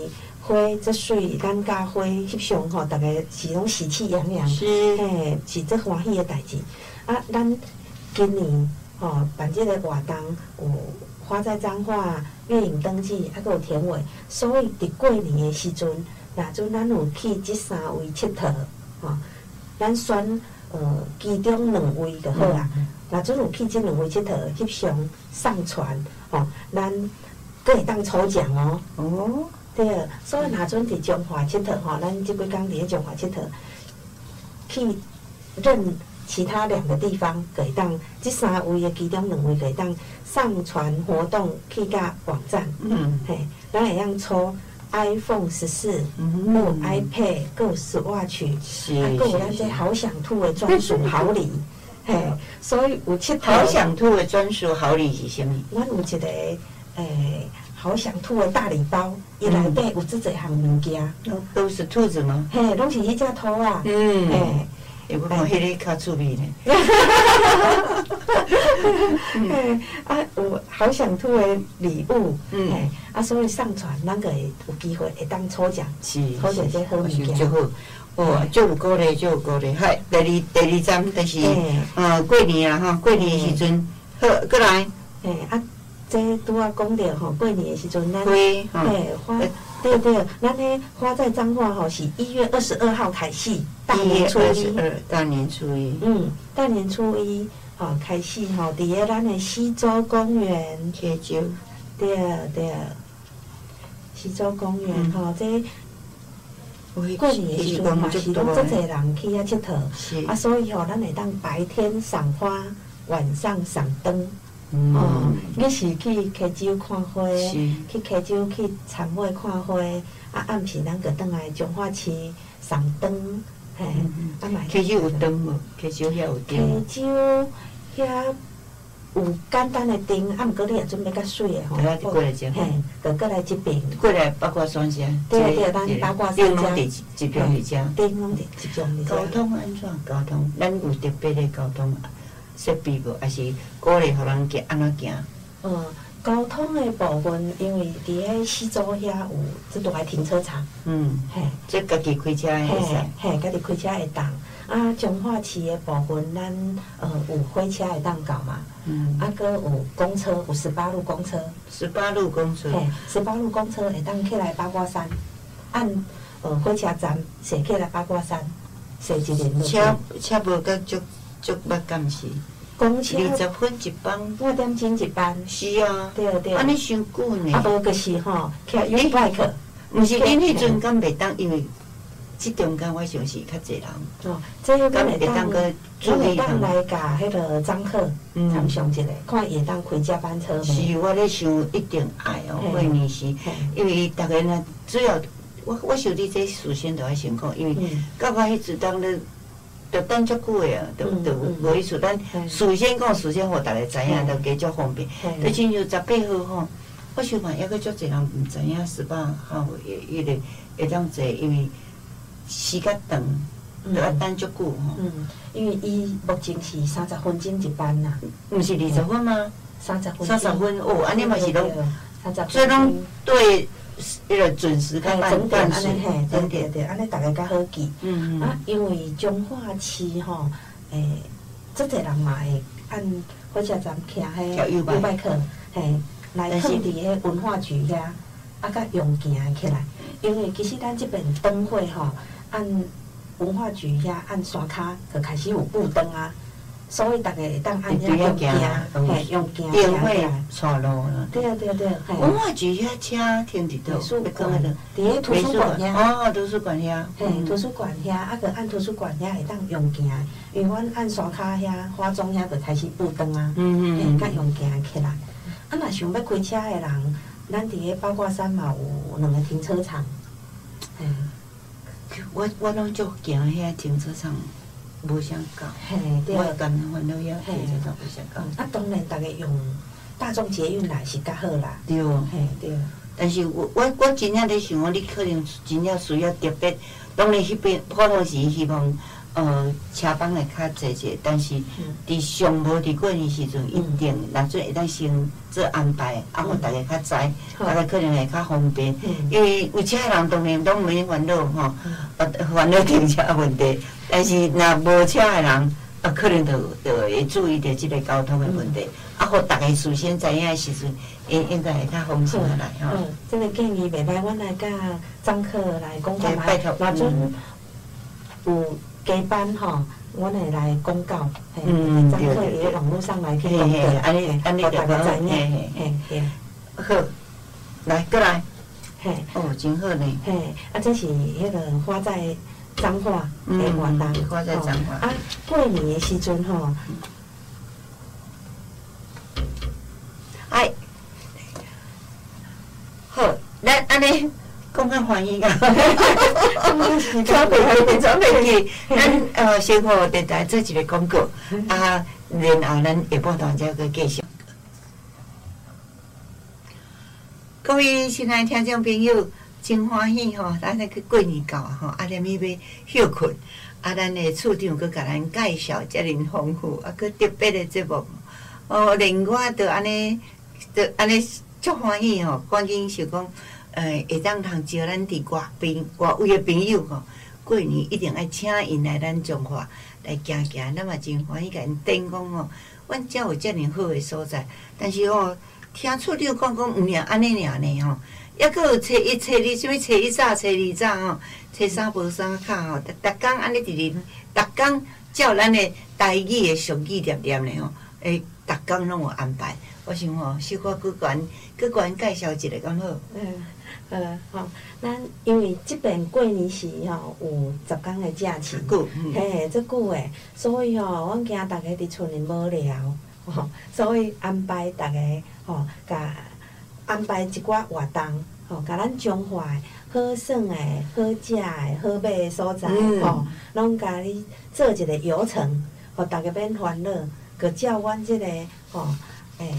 [SPEAKER 2] 花这水，咱甲花翕相吼，大家是拢喜气洋洋，
[SPEAKER 1] 是，
[SPEAKER 2] 嘿，是最欢喜的代志。啊，咱今年吼办这个活动有花在彰化月影登记，啊，佮有田尾，所以伫过年的时阵，若阵咱有去即三位佚佗，吼，咱选呃其中两位就好啦。若阵有去即两位佚佗翕相上传，吼，咱佫会当抽奖哦。
[SPEAKER 1] 哦，
[SPEAKER 2] 对，所以若阵伫中华佚佗吼，咱即几工伫咧中华佚佗去认。其他两个地方可以当，这三位的其中两位可以当上传活动去甲网站，嗯，嘿，咱会用抽 iPhone 十四，嗯，有 iPad， 还有 Swatch， 是，啊，还有咱这好想吐的专属好礼，嘿，所以有七
[SPEAKER 1] 好想吐的专属好礼是什么？
[SPEAKER 2] 阮有一个诶，好想吐的大礼包，伊内底有这一项物件，
[SPEAKER 1] 都是兔子吗？
[SPEAKER 2] 嘿，拢是迄只兔啊，
[SPEAKER 1] 嗯，嘿。会不看迄个较趣味呢？
[SPEAKER 2] 嗯，啊，有好想吐的礼物，嗯，啊，所以上传，咱个会有机会会当抽奖，
[SPEAKER 1] 是，
[SPEAKER 2] 抽到这好物件，
[SPEAKER 1] 就好，哦，就有鼓励，就有鼓励。嗨，第二第二站就是，呃，过年啊，哈，过年的时阵，好，过来，
[SPEAKER 2] 嘿，啊，这拄啊讲到吼，过年的时阵，咱，
[SPEAKER 1] 花，
[SPEAKER 2] 嘿，花。对对，咱呢花在彰化吼是一月二十二号开始，大年初一。
[SPEAKER 1] 大年初一。
[SPEAKER 2] 嗯，大年初一吼开始吼，伫个咱的西洲公园。
[SPEAKER 1] 溪洲。
[SPEAKER 2] 对对。西洲公园吼，这过年的时阵嘛是拢足侪人去遐佚佗，是啊，所以吼咱会当白天赏花，晚上赏灯。哦，你是去溪洲看花，去溪洲去田尾看花，啊暗时咱个转来彰化市赏灯，嘿，啊买。
[SPEAKER 1] 溪洲有灯无？溪洲遐有灯。
[SPEAKER 2] 溪洲遐有简单的灯，啊，毋过你也准备较水的吼。
[SPEAKER 1] 对，过来遮。
[SPEAKER 2] 嘿，就过来这边。
[SPEAKER 1] 过来八卦山遮。
[SPEAKER 2] 对对，咱八卦山遮。
[SPEAKER 1] 灯拢伫集中伫遮。
[SPEAKER 2] 灯拢伫集中伫遮。
[SPEAKER 1] 交通安怎？交通，咱有特别的交通设备无？还是鼓励互人行安怎行？
[SPEAKER 2] 嗯，交通的部分，因为伫迄西洲遐有即大个停车场。嗯，嘿，
[SPEAKER 1] 即家己开车会使。
[SPEAKER 2] 嘿，家己开车会当。啊，彰化市的部分，咱呃有火车会当到嘛。嗯。啊，搁有公车，有十八路公车。
[SPEAKER 1] 十八路公车。
[SPEAKER 2] 嘿，十八路公车会当起来八卦山，按呃火车站坐起来八卦山，坐一连落去。
[SPEAKER 1] 车车无甲足足捌敢是？
[SPEAKER 2] 公车
[SPEAKER 1] 二十分一班，
[SPEAKER 2] 五点钟一班。
[SPEAKER 1] 是啊，
[SPEAKER 2] 对对。
[SPEAKER 1] 安尼伤久呢。
[SPEAKER 2] 啊，无就是吼，骑 U-bike。
[SPEAKER 1] 毋是恁迄阵敢袂当，因为即中间我想是较侪人。
[SPEAKER 2] 哦，这个敢会当，
[SPEAKER 1] 个
[SPEAKER 2] 咱会当来甲迄个张客参详一下，看会当开加班车
[SPEAKER 1] 是，我咧想一定爱哦，过年时，因为逐个若主要，我我想你这事先都爱先讲，因为到我迄阵当咧。就等足久的啊，就就无意思。咱事先讲，事先互大家知影，就加足方便。就亲像十八号吼，我想嘛，抑个足侪人毋知影十八号迄迄个会当坐，因为时间长，就要等足久吼。
[SPEAKER 2] 嗯，因为伊目前是三十分钟一班呐。
[SPEAKER 1] 毋是二十分吗？
[SPEAKER 2] 三十分。
[SPEAKER 1] 三十分哦，安尼嘛是拢，
[SPEAKER 2] 三十分。
[SPEAKER 1] 所以拢对。迄个准时甲
[SPEAKER 2] 整点
[SPEAKER 1] 安
[SPEAKER 2] 尼嘿，对对对，安尼大家较好记。嗯嗯。啊，因为彰化市吼，诶，足侪人嘛会按火车站骑迄 U-bike， 嘿，来放伫迄文化局遐，啊，甲用行起来。因为其实咱即边灯会吼，按文化局遐按山骹就开始有布灯啊。所以大家会当按遐用行，嘿，用行行
[SPEAKER 1] 会带路啦。
[SPEAKER 2] 对啊对啊对啊。
[SPEAKER 1] 文化局遐车停伫倒？
[SPEAKER 2] 图书馆，伫咧图书馆遐。
[SPEAKER 1] 哦，图书馆遐。
[SPEAKER 2] 嘿，图书馆遐，啊个按图书馆遐会当用行，因为阮按山骹遐、花庄遐就开始布灯啊，嗯嗯，嘿，甲用行起来。啊，若想要开车的人，咱伫咧八卦山嘛有两个停车场。嘿，
[SPEAKER 1] 我我拢足行遐停车场。无啥够，我会干烦恼遐，停车场无啥够。
[SPEAKER 2] 啊，当然，大家用大众捷运来是较好啦。
[SPEAKER 1] 对，
[SPEAKER 2] 嘿对。
[SPEAKER 1] 但是我我我真正咧想讲，你可能真正需要特别，当然迄边普通时希望呃，车帮会较济者，但是伫上无伫过年时阵，一定咱做会当先做安排，啊，互大家较知，大家可能会较方便。因为有车的人当然拢免烦恼吼，呃，烦恼停车问题。但是若无车的人，啊，可能就就会注意到即个交通的问题，啊，互大家事先知影的时阵，应应该会较放心下来吼。
[SPEAKER 2] 嗯，这个建议袂歹，阮来甲张客来公告来，若准有。加班吼，阮会来公告，嘿，张客也网络上来去公告，
[SPEAKER 1] 安尼安尼就
[SPEAKER 2] 大家知影，嘿嘿，
[SPEAKER 1] 好，来过来，
[SPEAKER 2] 嘿，
[SPEAKER 1] 哦，真好呢，
[SPEAKER 2] 嘿，啊，这是迄个花在彰化的活动，
[SPEAKER 1] 花在彰化，
[SPEAKER 2] 啊，过年的时阵吼，
[SPEAKER 1] 哎，好，咱安尼。讲较欢喜个，转袂去，转袂去。咱呃，先互电台做一个广告，啊，然后咱下半段再去继续。各位亲爱听众朋友，真欢喜吼！咱那个过年到啊吼，啊，连咪要休困，啊，咱的处长佮甲咱介绍遮尔丰富啊，佮特别的节目，哦，令我着安尼，着安尼足欢喜吼！赶紧想讲。呃，会当通招咱伫外边外位的朋友吼，过年一定爱请因来咱中华来行行，咱嘛真欢喜甲因点讲吼，阮遮有遮尔好的所在，但是吼，听处长讲讲毋尔安尼尔呢吼，抑佫有初一、初二，什物初一早、初二早吼，初三无三卡吼，逐逐工安尼伫咧，逐工照咱的台语的俗语念念的吼，诶，逐工拢有安排。我想吼，小可佫悬佫悬介绍一个敢好？
[SPEAKER 2] 嗯。呃，吼，咱因为即边过年时吼有十天的假期，嘿，足久诶，所以吼，阮惊大家伫厝里无聊，吼，所以安排大家吼，甲安排一寡活动，吼，甲咱中华好耍诶、好食诶、好买诶所在，吼，拢甲你做一个游程，互大家免烦恼，佮照阮即个吼，诶。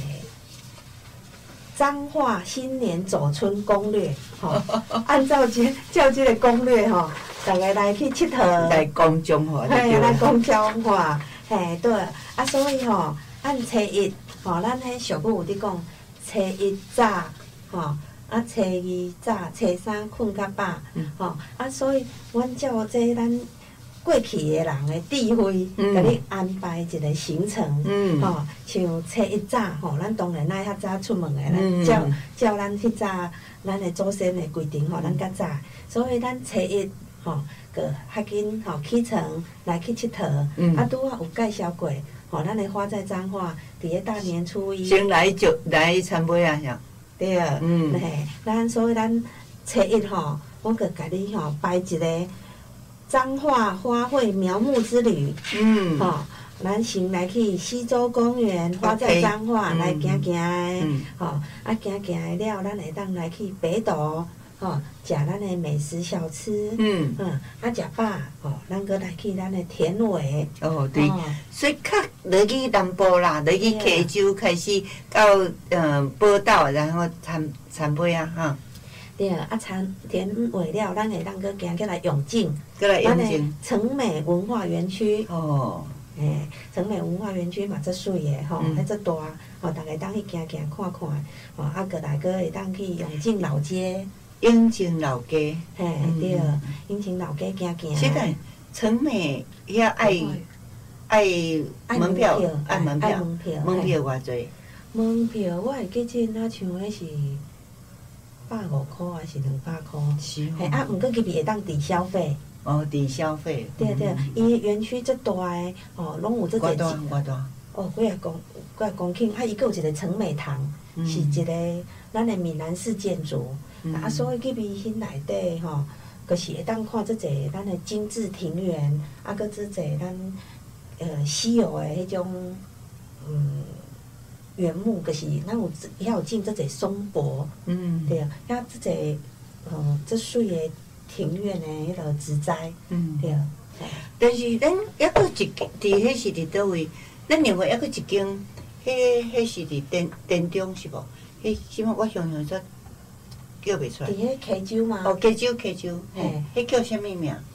[SPEAKER 2] 彰化新年走春攻略，吼，按照这照这个攻略吼，大家来去佚佗，
[SPEAKER 1] 来讲中华，
[SPEAKER 2] 嘿，来讲中华，嘿，对，啊，所以吼，按初一，吼，咱迄俗语有伫讲，初一早，吼，啊，初二早，初三困较饱，吼，啊，所以阮照这咱。过去的人的智慧，甲你安排一个行程，吼，像初一早，吼，咱当然爱较早出门的，咱照照咱迄早咱的祖先的规定，吼，咱较早，所以咱初一，吼，个较紧，吼，起床来去佚佗，啊，拄啊有介绍过，吼，咱的花在彰化，伫咧大年初一，
[SPEAKER 1] 先来就来参拜啊，像，
[SPEAKER 2] 对，嗯，嘿，咱所以咱初一吼，我个甲你吼排一个。彰化花卉苗木之旅，嗯，吼、哦，咱先来去西洲公园，花在彰化、嗯、来行行的，吼、嗯哦，啊行行的了，咱会当来去北斗，吼、哦，食咱的美食小吃，嗯嗯，啊食饱，吼、哦，咱搁来去咱的田尾，
[SPEAKER 1] 哦对，哦、所以较落去南部啦，落去溪州开始到嗯宝岛，然后参参拜啊，哈。
[SPEAKER 2] 对啊，啊田田尾了，咱会当搁行过来永靖，
[SPEAKER 1] 过来永靖，
[SPEAKER 2] 成美文化园区。
[SPEAKER 1] 哦，
[SPEAKER 2] 诶，成美文化园区嘛，足水诶，吼，迄足大，吼，大家当去行行看看，吼，啊，过来搁会当去永靖老街。
[SPEAKER 1] 永靖老街，
[SPEAKER 2] 嘿，对，永靖老街行行。
[SPEAKER 1] 现在成美遐爱爱门票，爱门票，门票偌济？
[SPEAKER 2] 门票我会记真，啊，像迄是。百五块还是两百块？是哦。嘿啊，毋过入面会当抵消费。
[SPEAKER 1] 哦，抵消费。
[SPEAKER 2] 对对，伊园区足大诶，哦，拢有足侪。
[SPEAKER 1] 偌大？偌大？
[SPEAKER 2] 哦，几啊公，几啊公顷，啊，伊佫有一个成美堂，是一个咱诶闽南式建筑。啊，所以入面迄内底吼，就是会当看足侪咱诶精致庭园，啊，佫足侪咱呃稀有诶迄种嗯。原木就是咱有遐有种即个松柏，嗯，对啊，遐即个呃，即水的庭院的迄个植栽，嗯，对啊。
[SPEAKER 1] 但是咱抑佫一伫迄是伫倒位？咱另外抑佫一间，迄迄是伫电电中是无？迄什么我想想煞叫袂出来。
[SPEAKER 2] 伫迄溪州吗？
[SPEAKER 1] 哦，溪州溪州，嘿，迄叫啥物名？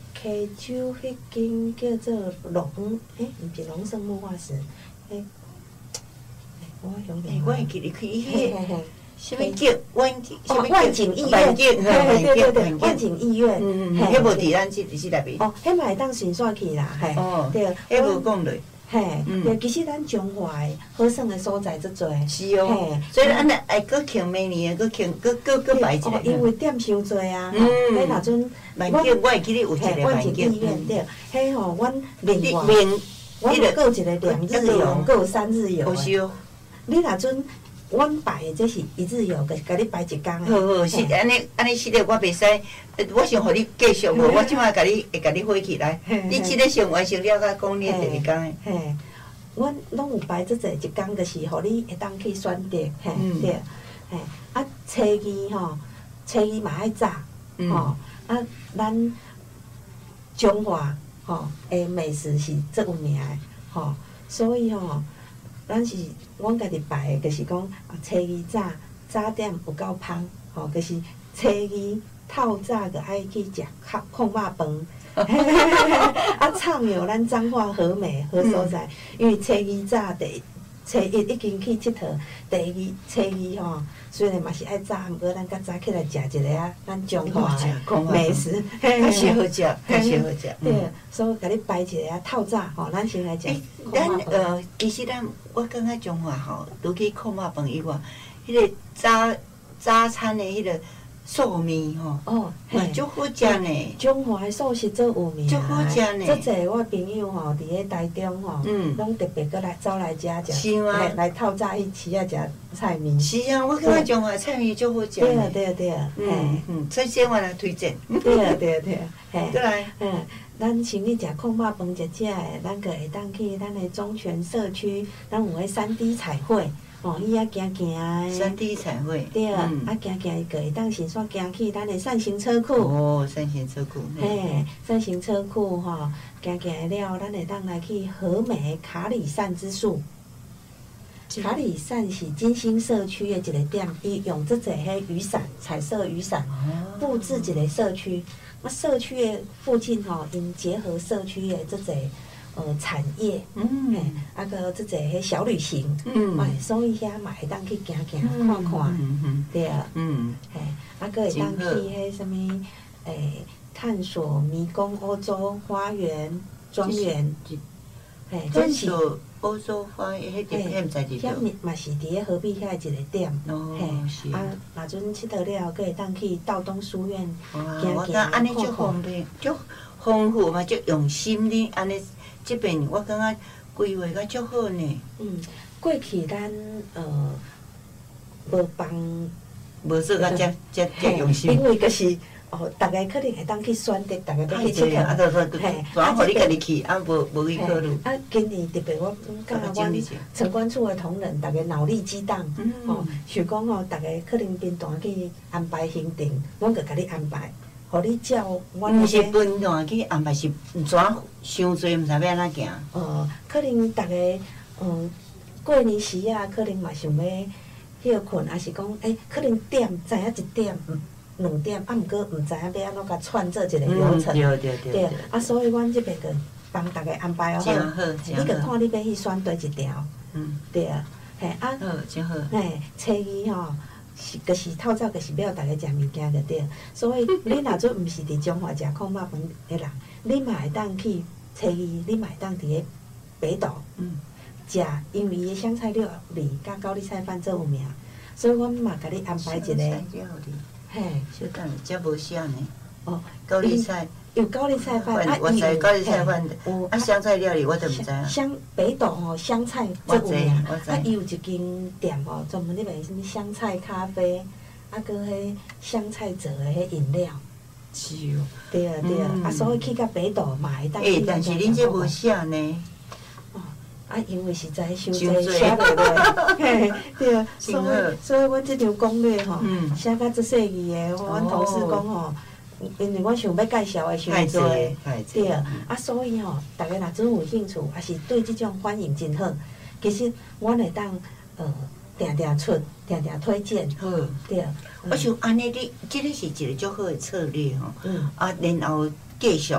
[SPEAKER 2] 溪州迄间叫做龙，诶、欸，毋是龙生木化石，迄、欸，我想
[SPEAKER 1] 诶，我会记得去迄个什么叫万
[SPEAKER 2] 哦万景医院，
[SPEAKER 1] 万景，
[SPEAKER 2] 对对对，万景医院，
[SPEAKER 1] 嗯嗯，迄无伫咱即即内面。
[SPEAKER 2] 哦，迄嘛会当顺线去啦，嘿，对，
[SPEAKER 1] 迄无讲落。
[SPEAKER 2] 嘿，对，其实咱中华的好耍的所在足侪，
[SPEAKER 1] 是哦，所以咱会搁庆明年，搁庆，搁搁搁摆一个。
[SPEAKER 2] 哦，因为店伤侪啊，
[SPEAKER 1] 嗯，
[SPEAKER 2] 迄若阵，
[SPEAKER 1] 万景我会记得有一个
[SPEAKER 2] 万景医院对，迄吼，阮另外，阮有有一个两日游，搁有三日游的。你若阵，阮摆的这是一日游，个甲你摆一工
[SPEAKER 1] 好好，是安尼安尼，是个我袂使，我想互你继续无，我即摆甲你会甲你火起来。你即个先完成了，甲讲你第二工的。
[SPEAKER 2] 嘿，阮拢有摆即个一工，就是互你会当去选择，嘿，对，嘿，啊，初二吼，初二嘛爱早，吼，啊，咱中华吼的美食是最有名的，吼，所以吼。咱是，阮家己摆的，就是讲啊，初二早早点有够芳，吼，就是初二透早就爱去食烤控肉饭，啊，畅游咱彰化和美好所在，因为初二早第初一已经去佚佗，第二初二吼，虽然嘛是爱早，毋过咱较早起来食一个啊，咱中华的美食，
[SPEAKER 1] 较是好食，较是好食。
[SPEAKER 2] 对，所以甲你摆一个啊，透早吼，咱先来食。
[SPEAKER 1] 咱呃，其实咱我感觉中华吼，除去控肉饭以外，迄个早早餐的迄个素面吼，哦，嘛足好食呢。
[SPEAKER 2] 中华的素食最有名，
[SPEAKER 1] 足好食呢。
[SPEAKER 2] 足侪我朋友吼，伫咧台中吼，嗯，拢特别过来走来遮食，
[SPEAKER 1] 是吗？
[SPEAKER 2] 来来透早去吃啊食菜面。
[SPEAKER 1] 是啊，我感觉中华菜面足好食。
[SPEAKER 2] 对啊对啊对啊，
[SPEAKER 1] 嗯嗯，所以这我来推荐。
[SPEAKER 2] 对啊对啊对啊，嘿，
[SPEAKER 1] 过来，
[SPEAKER 2] 嗯。咱像你食控肉饭食食的，咱个会当去咱的中泉社区，咱有迄三 D 彩绘，哦，伊遐行行的。
[SPEAKER 1] 三 D 彩绘。
[SPEAKER 2] 对，啊行行个会当先煞行去咱的扇形车库。
[SPEAKER 1] 哦，扇形车库。
[SPEAKER 2] 嘿，扇形车库吼，行行了，咱会当来去和美卡里扇之树。卡里扇是金星社区的一个点，伊用即个迄雨伞，彩色雨伞布置一个社区。啊，社区的附近吼，因结合社区的即个呃产业，嗯，嘿，啊个即个迄小旅行，嗯，哎，所以遐嘛会当去行行看看，嗯嗯，对啊，嗯，嘿，啊个会当去迄什么诶探索迷宫欧洲花园庄园，
[SPEAKER 1] 嘿，探索欧洲花园，迄点遐毋知伫
[SPEAKER 2] 遐嘛是伫咧河边遐一个点，
[SPEAKER 1] 哦，是
[SPEAKER 2] 啊，若阵佚佗了，佫会当去道东书院行
[SPEAKER 1] 行安尼足方便，足丰富嘛，足用心呢。安尼即边我感觉规划甲足好呢。
[SPEAKER 2] 嗯，过去咱呃无帮
[SPEAKER 1] 无做甲遮遮遮用心，
[SPEAKER 2] 因为就是哦，逐个可能会当去选择，逐个要去佚佗，
[SPEAKER 1] 啊，对对对，全互你家己去，啊，无无去考虑。
[SPEAKER 2] 啊，今年特别我甲阮城管处的同仁，逐个脑力激荡，吼，想讲吼，逐个可能分段去安排行程，阮就甲你安排，互你照阮。
[SPEAKER 1] 毋是分段去安排，是毋知影伤济，毋知要安怎行。
[SPEAKER 2] 呃，可能逐个嗯，过年时啊，可能嘛想要休困，还是讲，诶，可能点知影一点。两点，啊，毋过毋知影要安怎甲串做一个流程，
[SPEAKER 1] 对对对，
[SPEAKER 2] 对，啊，所以阮即边个帮逐个安排好，你个看你要去选对一条，嗯，对啊，嘿，啊，
[SPEAKER 1] 好，真好，
[SPEAKER 2] 嘿，初二吼，是，就是透早，就是要逐个食物件就对，所以你若做毋是伫中华食控肉饭的人，你嘛会当去初二，你嘛会当伫咧北岛，嗯，食，因为伊的香菜料理甲高丽菜饭最有名，所以阮嘛甲你安排一个。
[SPEAKER 1] 嘿，小等，遮无写呢。
[SPEAKER 2] 哦，
[SPEAKER 1] 高丽菜
[SPEAKER 2] 有高丽菜饭，
[SPEAKER 1] 啊，我知高丽菜饭，啊，香菜料理我就毋知影。
[SPEAKER 2] 香北岛吼香菜最有名，啊，伊有一间店吼，专门咧卖什物香菜咖啡，啊，搁迄香菜做的迄饮料。
[SPEAKER 1] 是哦。
[SPEAKER 2] 对啊对啊，啊，所以去到北岛嘛会当。
[SPEAKER 1] 诶，但是恁这无写呢。
[SPEAKER 2] 啊，因为实在伤济写落来，嘿，对啊，所以所以阮即张攻略吼，写甲足细腻的，阮同事讲吼，因为我想要介绍的伤济，对啊，啊，所以吼，大家若真有兴趣，也是对即种反应真好，其实阮会当呃，定定出，定定推荐，
[SPEAKER 1] 好，
[SPEAKER 2] 对啊。
[SPEAKER 1] 我想安尼，你即个是一个足好的策略吼，啊，然后继续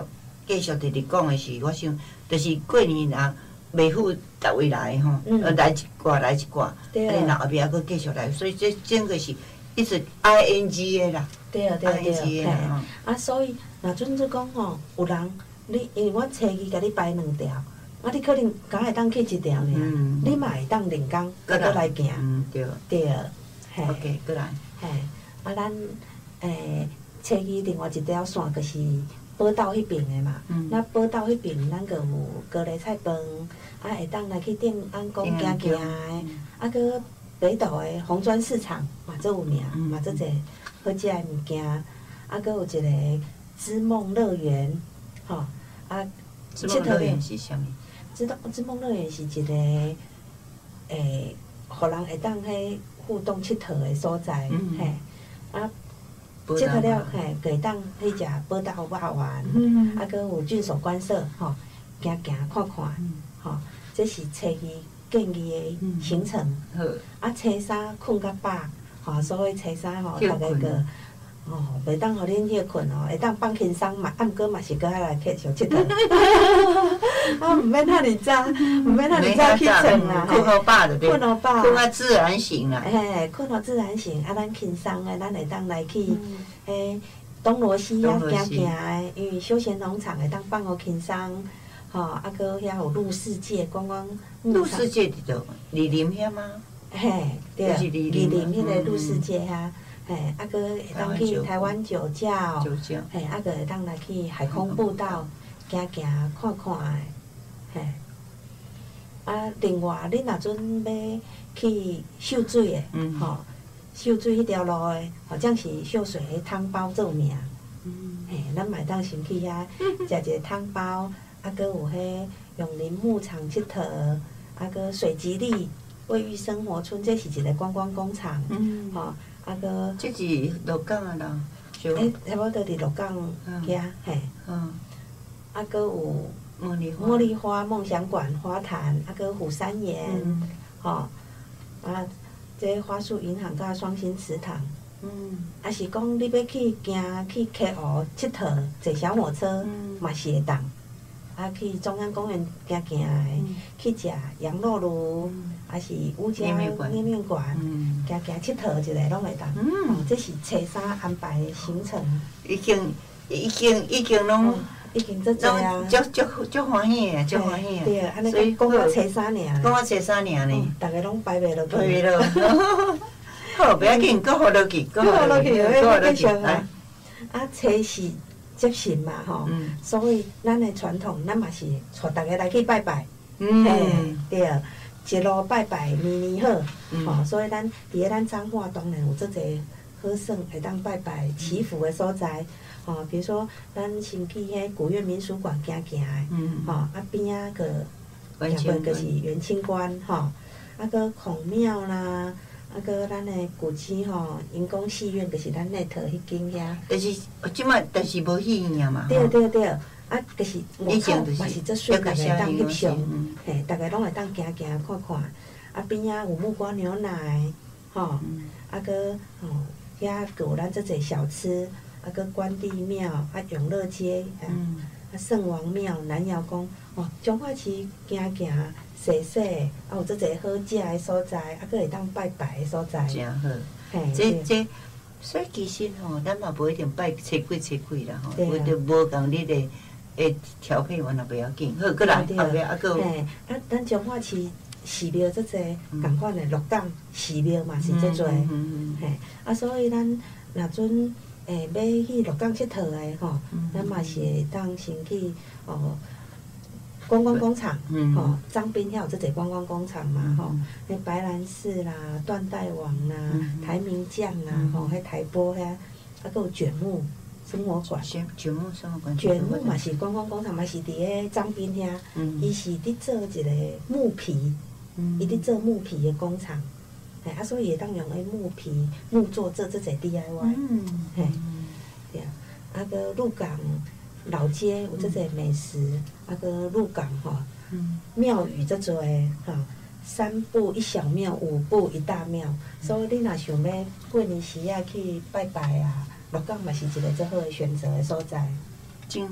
[SPEAKER 1] 继续直直讲的是，我想就是过年若袂赴逐位来吼，呃来一挂来一挂，安尼若后壁还佫继续来，所以这整个是一直 I N G 的啦。
[SPEAKER 2] 对啊对啊对啊，嘿，啊所以若准做讲吼，有人你因为我初二甲你排两条，啊你可能敢会当去一条尔，你嘛会当另工搁倒来行，
[SPEAKER 1] 嗯对，
[SPEAKER 2] 对，嘿
[SPEAKER 1] ，OK，过来，
[SPEAKER 2] 嘿，啊咱诶初二另外一条线就是宝岛迄边的嘛，那宝岛迄边咱个有高丽菜饭，啊会当来去订安公行行的，啊搁北岛的红砖市场嘛，这有名，嘛这个好食的物件，啊搁有一个织梦乐园，吼，啊，
[SPEAKER 1] 织梦乐园是啥物？
[SPEAKER 2] 织梦织梦乐园是一个诶，互人会当迄互动佚佗的所在，嘿，啊。佚佗了，嘿，可以当去食宝岛肉丸，啊，搁有郡守官舍，吼，行行看看，吼，这是初二建议的行程。好，啊，初三困较饱，吼，所以初三吼，大家个，哦，袂当互恁歇困哦，会当放轻松嘛，啊，毋过嘛是搁爱来继续佚佗。啊，毋免遐尼早，毋免遐尼早起床啦，
[SPEAKER 1] 困好饱就对，
[SPEAKER 2] 困好饱，
[SPEAKER 1] 困啊自然醒啦。
[SPEAKER 2] 嘿，困好自然醒，啊，咱轻松诶，咱会当来去诶东螺西啊行行诶，因为休闲农场会当放互轻松，吼，啊，搁遐有鹿世界观光。
[SPEAKER 1] 鹿世界伫倒？李林遐吗？
[SPEAKER 2] 嘿，对，李林迄个鹿世界遐。嘿，啊，搁会当去台湾酒窖，嘿，啊，搁会当来去海空步道行行看看诶，嘿。啊，另外，恁若准要去秀水诶，吼，秀水迄条路诶，好像是秀水诶汤包做名，嘿，咱嘛会当先去遐食一个汤包，啊，搁有迄永林牧场佚佗，啊，搁水吉利卫浴生活村，这是一个观光工厂，吼。啊个，
[SPEAKER 1] 这是鹿港啊啦，
[SPEAKER 2] 诶，差不多伫鹿港遐，嘿，啊个有茉莉茉莉花梦想馆花坛，啊个虎山岩，吼，啊，这花束银行甲双星祠堂，嗯，啊是讲你要去行去溪湖佚佗，坐小火车嘛是会当，啊去中央公园行行诶，去食羊肉炉。还是五家面面馆，行行佚佗一个拢会当。哦，这是初三安排的行程。
[SPEAKER 1] 已经已经已经拢
[SPEAKER 2] 已经足济啊，
[SPEAKER 1] 足足足欢喜诶，足欢喜诶。
[SPEAKER 2] 对，安尼讲讲到初三尔。
[SPEAKER 1] 讲到初三尔呢，
[SPEAKER 2] 大家拢排袂落去。
[SPEAKER 1] 排袂落。好，不要紧，搁好落去，
[SPEAKER 2] 搁好落去，搁好落去。啊，啊，初四接神嘛吼，所以咱的传统，咱嘛是带大家来去拜拜。嗯，对。一路拜拜，年年好，吼、哦！所以咱伫个咱彰化当然有足侪好耍会当拜拜祈福的所在，吼、哦，比如说咱先去迄古月民俗馆行行的，嗯，吼、哦，啊边仔个行过就是元清观，吼、哦，啊个孔庙啦，啊个咱的古迹吼，银宫戏院就是咱内头迄间遐。
[SPEAKER 1] 但是即摆但是无戏院嘛。
[SPEAKER 2] 对对对。啊，就是外口嘛是足水，大家当翕相，嘿，大家拢会当行行看看。啊边仔有木瓜牛奶，吼，啊个吼遐有咱足侪小吃，啊个关帝庙，啊永乐街，啊圣王庙、南瑶宫，哦，彰化市行行踅踅，啊有足侪好食的所在，啊个会当拜拜的所在。
[SPEAKER 1] 真好，嘿，这这。所以其实吼，咱嘛无一定拜初几初几啦吼，无着无共日的。诶，调配完了不要紧，好，过来后壁啊个。
[SPEAKER 2] 嘿，啊，咱彰化市寺庙足侪共款的，鹿港寺庙嘛是足侪，嘿，啊，所以咱若准诶要去鹿港佚佗的吼，咱嘛是会当先去哦观光工厂，吼，彰滨遐有足侪观光工厂嘛吼，迄白兰氏啦、缎带网啦、台明酱啦，吼，迄台波遐，啊，搁有卷木。生活馆，
[SPEAKER 1] 卷木生活馆，
[SPEAKER 2] 卷木嘛是观光工厂嘛是伫个彰滨遐，伊是伫做一个木皮，伊伫做木皮的工厂，嘿，啊所以会当用迄木皮木作做这些 D I Y， 嘿，对啊，啊个鹿港老街有这些美食，啊个鹿港吼，庙宇足多吼，三步一小庙，五步一大庙，所以你若想要过年时啊去拜拜啊。鹿港嘛是一个最好的选择的所在，
[SPEAKER 1] 真好。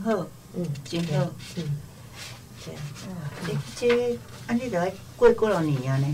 [SPEAKER 2] 嗯，
[SPEAKER 1] 真好。
[SPEAKER 2] 嗯，对。
[SPEAKER 1] 哇，这这安尼就要过几落年啊呢？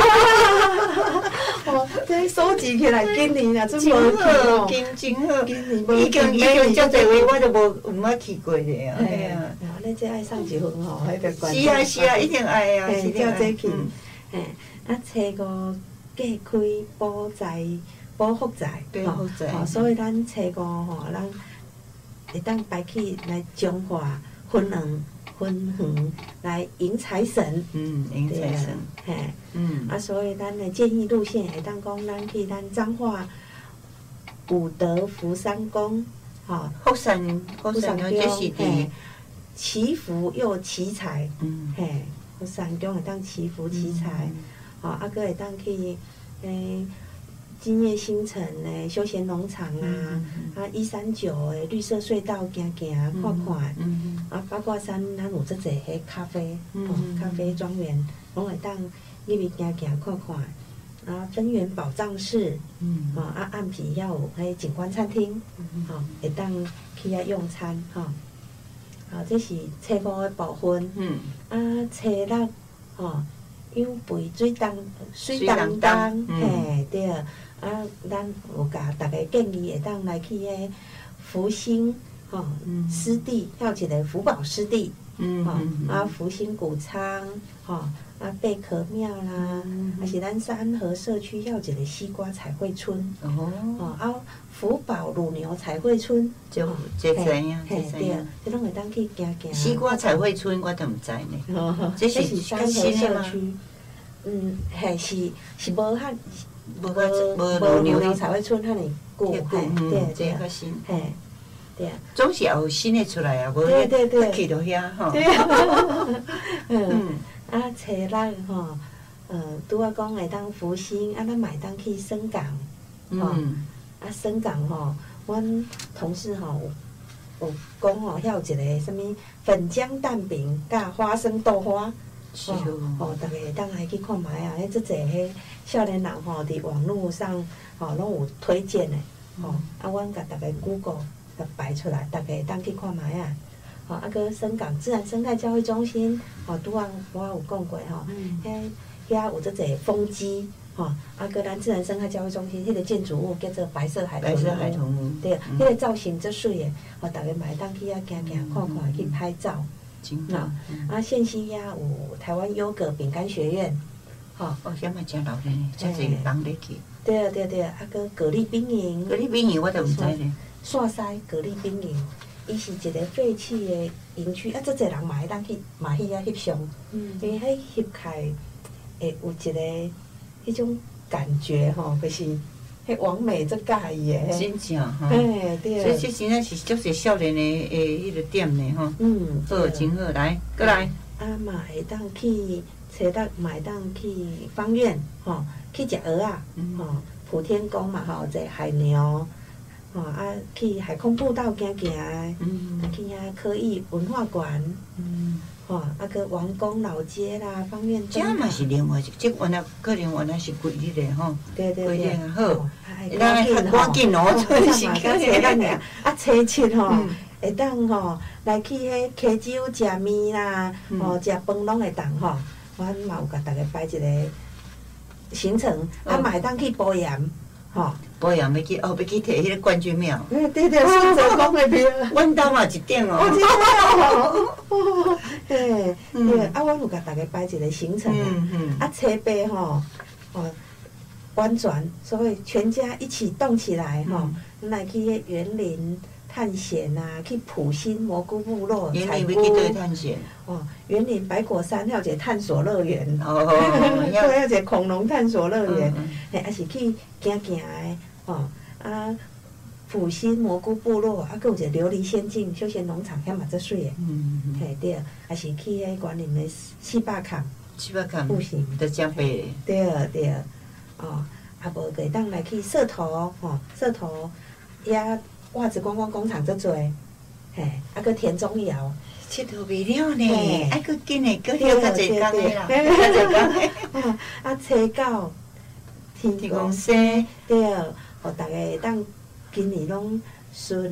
[SPEAKER 2] 哦，这收集起来今年啊，真
[SPEAKER 1] 真
[SPEAKER 2] 无
[SPEAKER 1] 好，
[SPEAKER 2] 去
[SPEAKER 1] 真真好。
[SPEAKER 2] 今年无
[SPEAKER 1] 已经已经遮侪位我都无毋捌去过的啊。
[SPEAKER 2] 哎呀，你这爱上一份吼，迄个关。
[SPEAKER 1] 是啊是啊，一定爱啊，
[SPEAKER 2] 嘿，照这去。
[SPEAKER 1] 嗯。
[SPEAKER 2] 嘿，啊，初五隔开保财保福财，
[SPEAKER 1] 吼，
[SPEAKER 2] 吼，所以咱初五吼，咱会当摆起来中华分黄分黄来迎财神。
[SPEAKER 1] 嗯，迎财神。
[SPEAKER 2] 嘿，
[SPEAKER 1] 嗯。
[SPEAKER 2] 啊，所以咱的建议路线会当讲，咱去咱彰化武德福山宫，吼，
[SPEAKER 1] 福山福山宫这是伫
[SPEAKER 2] 祈福又祈财。
[SPEAKER 1] 嗯。
[SPEAKER 2] 嘿。福山宫会当祈福祈财，吼、嗯，啊，搁会当去诶金叶新城诶休闲农场啊，嗯嗯、啊一三九诶绿色隧道行行看看，嗯嗯、啊，八卦山咱有足侪迄咖啡，嗯嗯、咖啡庄园，拢会当入去行行看看，啊，分园宝藏室，嗯，吼、啊，暗皮也有迄景观餐厅，吼、嗯嗯，会当去遐用餐，吼、啊，这是初五的部分。嗯。啊，初六吼，养肥水当水当当，嘿对。啊，咱有甲大家建议会当来去迄福星吼湿地，还有一个福宝湿地，吼啊福星谷仓，吼啊贝壳庙啦，啊是咱三和社区要有一个西瓜彩绘村，哦，啊福宝乳牛彩绘村，
[SPEAKER 1] 就这知影，
[SPEAKER 2] 这对，这拢会当去行行。
[SPEAKER 1] 西瓜彩绘村我都毋知呢，这是
[SPEAKER 2] 三和社区，嗯，嘿是是无遐。
[SPEAKER 1] 无无
[SPEAKER 2] 无牛牛彩绘村遐尼久，嘿，对
[SPEAKER 1] 对，较新，
[SPEAKER 2] 嘿，对啊，
[SPEAKER 1] 总是有新的出来啊，无
[SPEAKER 2] 对对对，
[SPEAKER 1] 去到遐吼。
[SPEAKER 2] 对啊，嗯，啊，初六吼，呃，拄啊讲会当福星，啊，咱嘛会当去深港，吼，啊，深港吼，阮同事吼有讲吼，遐有一个什物粉浆蛋饼甲花生豆花。
[SPEAKER 1] 是
[SPEAKER 2] 哦，大家会当来去看卖啊！迄即个迄少年人吼，伫网络上吼拢有推荐的，吼啊，阮甲大家 Google 甲摆出来，大家会当去看卖啊！吼啊，搁深港自然生态教育中心，吼拄啊我有讲过吼，遐遐有即个风机，吼啊，搁咱自然生态教育中心迄个建筑物叫做白色海豚，
[SPEAKER 1] 白色海豚屋，
[SPEAKER 2] 对，迄个造型足水的，吼大家嘛会当去遐行行看看，去拍照。啊，啊，县西遐有台湾优格饼干学院，吼，
[SPEAKER 1] 哦，遐嘛真老咧，真侪人咧去。
[SPEAKER 2] 对啊，对对啊，啊，搁蛤蜊冰营，
[SPEAKER 1] 蛤蜊冰营我都毋知咧。
[SPEAKER 2] 线西蛤蜊冰营，伊是一个废弃的营区，啊，足侪人嘛会当去嘛去遐翕相，嗯，因为迄翕起会有一个迄种感觉吼，就是。迄王美足介意的，
[SPEAKER 1] 真正吼，
[SPEAKER 2] 哎对，
[SPEAKER 1] 所以这真正是足侪少年的诶，迄个点呢吼，
[SPEAKER 2] 嗯，
[SPEAKER 1] 好，真好，来，过来，
[SPEAKER 2] 啊嘛会当去找到，嘛会当去芳苑，吼，去食蚵仔，吼，普天宫嘛吼，一个海牛，吼啊去海空步道行行，嗯，去遐科艺文化馆，嗯。吼，啊个王宫老街啦，芳苑
[SPEAKER 1] 这嘛是另外一，这原来可能原来是规日的吼，
[SPEAKER 2] 对对对，
[SPEAKER 1] 好，咱赶紧哦，
[SPEAKER 2] 做时间咱俩，啊初七吼，会当吼来去迄溪洲食面啦，吼食饭拢会当吼，阮嘛有甲大家摆一个行程，啊嘛会当去保盐。吼，
[SPEAKER 1] 保养要去哦，要去摕迄个冠军庙。
[SPEAKER 2] 哎，对对，新泽宫那边。
[SPEAKER 1] 阮兜嘛一点哦。
[SPEAKER 2] 我知道。对对，啊，阮有甲大家摆一个行程啊，啊，初八吼，哦，完全，所以全家一起动起来吼，咱来去迄园林探险啊，去埔心蘑菇部落采菇。
[SPEAKER 1] 园林要去倒探险？
[SPEAKER 2] 哦，园林百果山还有一个探索乐园。
[SPEAKER 1] 哦，
[SPEAKER 2] 对，还有一个恐龙探索乐园，嘿，还是去。行行的吼，啊，埔心蘑菇部落，啊，搁有一个琉璃仙境休闲农场，遐嘛足水的，嗯嗯嘿对，还是去迄园林的四百坎，
[SPEAKER 1] 四百坎，
[SPEAKER 2] 步行，
[SPEAKER 1] 得真白的，
[SPEAKER 2] 对对，哦，啊无个当来去社头，吼，社头遐袜子观光工厂足多，嘿，啊搁田中窑，
[SPEAKER 1] 佚佗袂了呢，啊搁紧的，搁遐较济工的啦，较济工的，
[SPEAKER 2] 啊初九。天公生对，互大家会当今年拢顺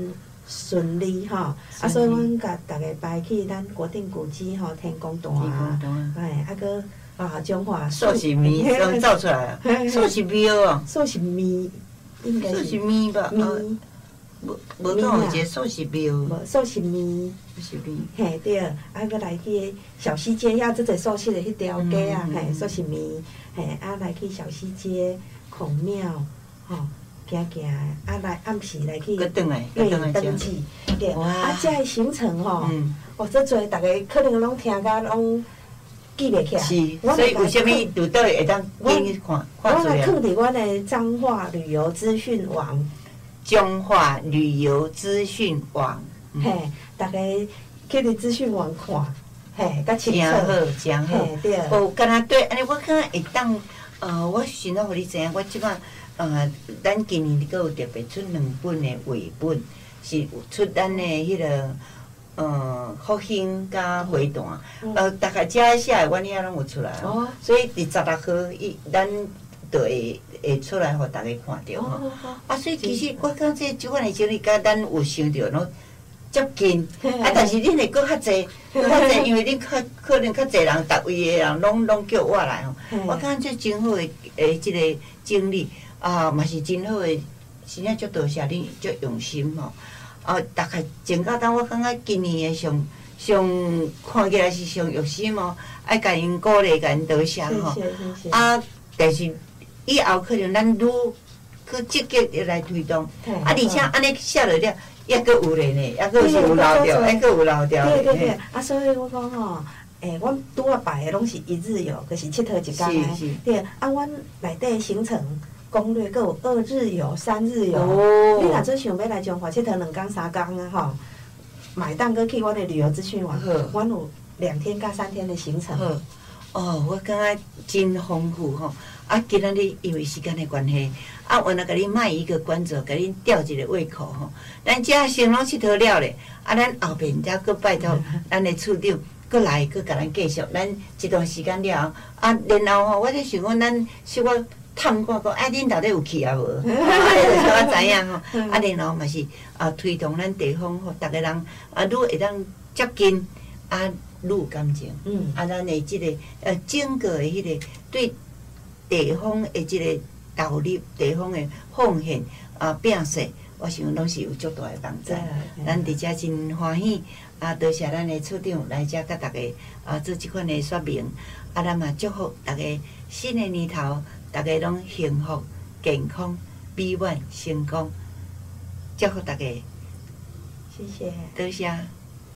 [SPEAKER 2] 顺利吼，啊，所以阮甲大家排去咱国定古迹吼，天公堂啊，哎，啊个啊中华
[SPEAKER 1] 寿喜米都造出来啊，寿喜庙哦，
[SPEAKER 2] 寿喜米应该
[SPEAKER 1] 寿喜米吧，
[SPEAKER 2] 米，
[SPEAKER 1] 无无讲有一个寿喜庙，
[SPEAKER 2] 无寿喜米，
[SPEAKER 1] 寿喜米，
[SPEAKER 2] 嘿对，啊个来去小西街遐即个寿喜的迄条街啊，嘿寿喜米，嘿啊来去小西街孔庙吼。行行，啊来暗时来去
[SPEAKER 1] 搁转来，
[SPEAKER 2] 愿意登记，对，啊，这个行程吼，哦，这做大家可能拢听甲拢记袂起来。
[SPEAKER 1] 是，所以有啥物拄倒会当建议看看出来。
[SPEAKER 2] 我来放伫阮的彰化旅游资讯网。
[SPEAKER 1] 彰化旅游资讯网，
[SPEAKER 2] 嘿，大家去伫资讯网看，嘿，较清楚。
[SPEAKER 1] 真好，真好。
[SPEAKER 2] 对。
[SPEAKER 1] 哦，敢若对，安尼我感觉会当，呃，我想要互你知影，我即摆。呃，咱今年阁有特别出两本的绘本，是出咱的迄个呃复兴甲回弹，呃，大概遮写的阮遐拢有出来哦。所以伫十六号伊咱就会会出来，互大家看着吼。啊，所以其实我感觉即款的经历，甲咱有想着拢接近，啊，但是恁会阁较济，较济，因为恁可可能较济人，逐位的人拢拢叫我来吼。我感觉这真好的诶，即个经历。啊，嘛是真好诶，真正足多谢你足用心吼。啊，大概前到当我感觉今年诶上上看起来是上用心哦，爱甲因鼓励，甲因多谢吼。
[SPEAKER 2] 谢谢谢谢。
[SPEAKER 1] 啊，但是以后可能咱愈去积极的来推动，啊，而且安尼写落了，抑阁有咧呢，抑阁是有留着，抑阁有留着。
[SPEAKER 2] 对对对，啊，所以我讲吼。诶，阮拄啊排诶拢是一日游，就是佚佗一工诶。对，啊，阮内底行程攻略，阁有二日游、三日游。哦。你若真想要来彰化佚佗两工三工啊吼，买当阁去阮诶旅游资讯网，阮有两天甲三天的行程。
[SPEAKER 1] 好。哦，我感觉真丰富吼。啊，今仔日因为时间的关系，啊，我来甲你卖一个关子，甲你吊一个胃口吼。咱遮先拢佚佗了咧，啊，咱后边则阁拜托咱的处长。过来，过甲咱继续，咱一段时间了后，啊，然后吼，我咧想讲，咱小可探看讲，啊，恁到底有去啊无？啊，就是我知影吼，啊，然后嘛是啊，推动咱地方吼，逐个人啊，愈会当接近，啊，愈有感情。嗯。啊，咱的即个呃，整个的迄个对地方的即个投入，地方的奉献啊，摒势，我想拢是有足大的帮助。咱伫遮真欢喜。啊，多谢咱的处长来遮甲大家啊做即款的说明，啊，咱嘛祝福大家新的年头，大家拢幸福、健康、美满、成功，祝福大家。
[SPEAKER 2] 谢谢。
[SPEAKER 1] 多谢。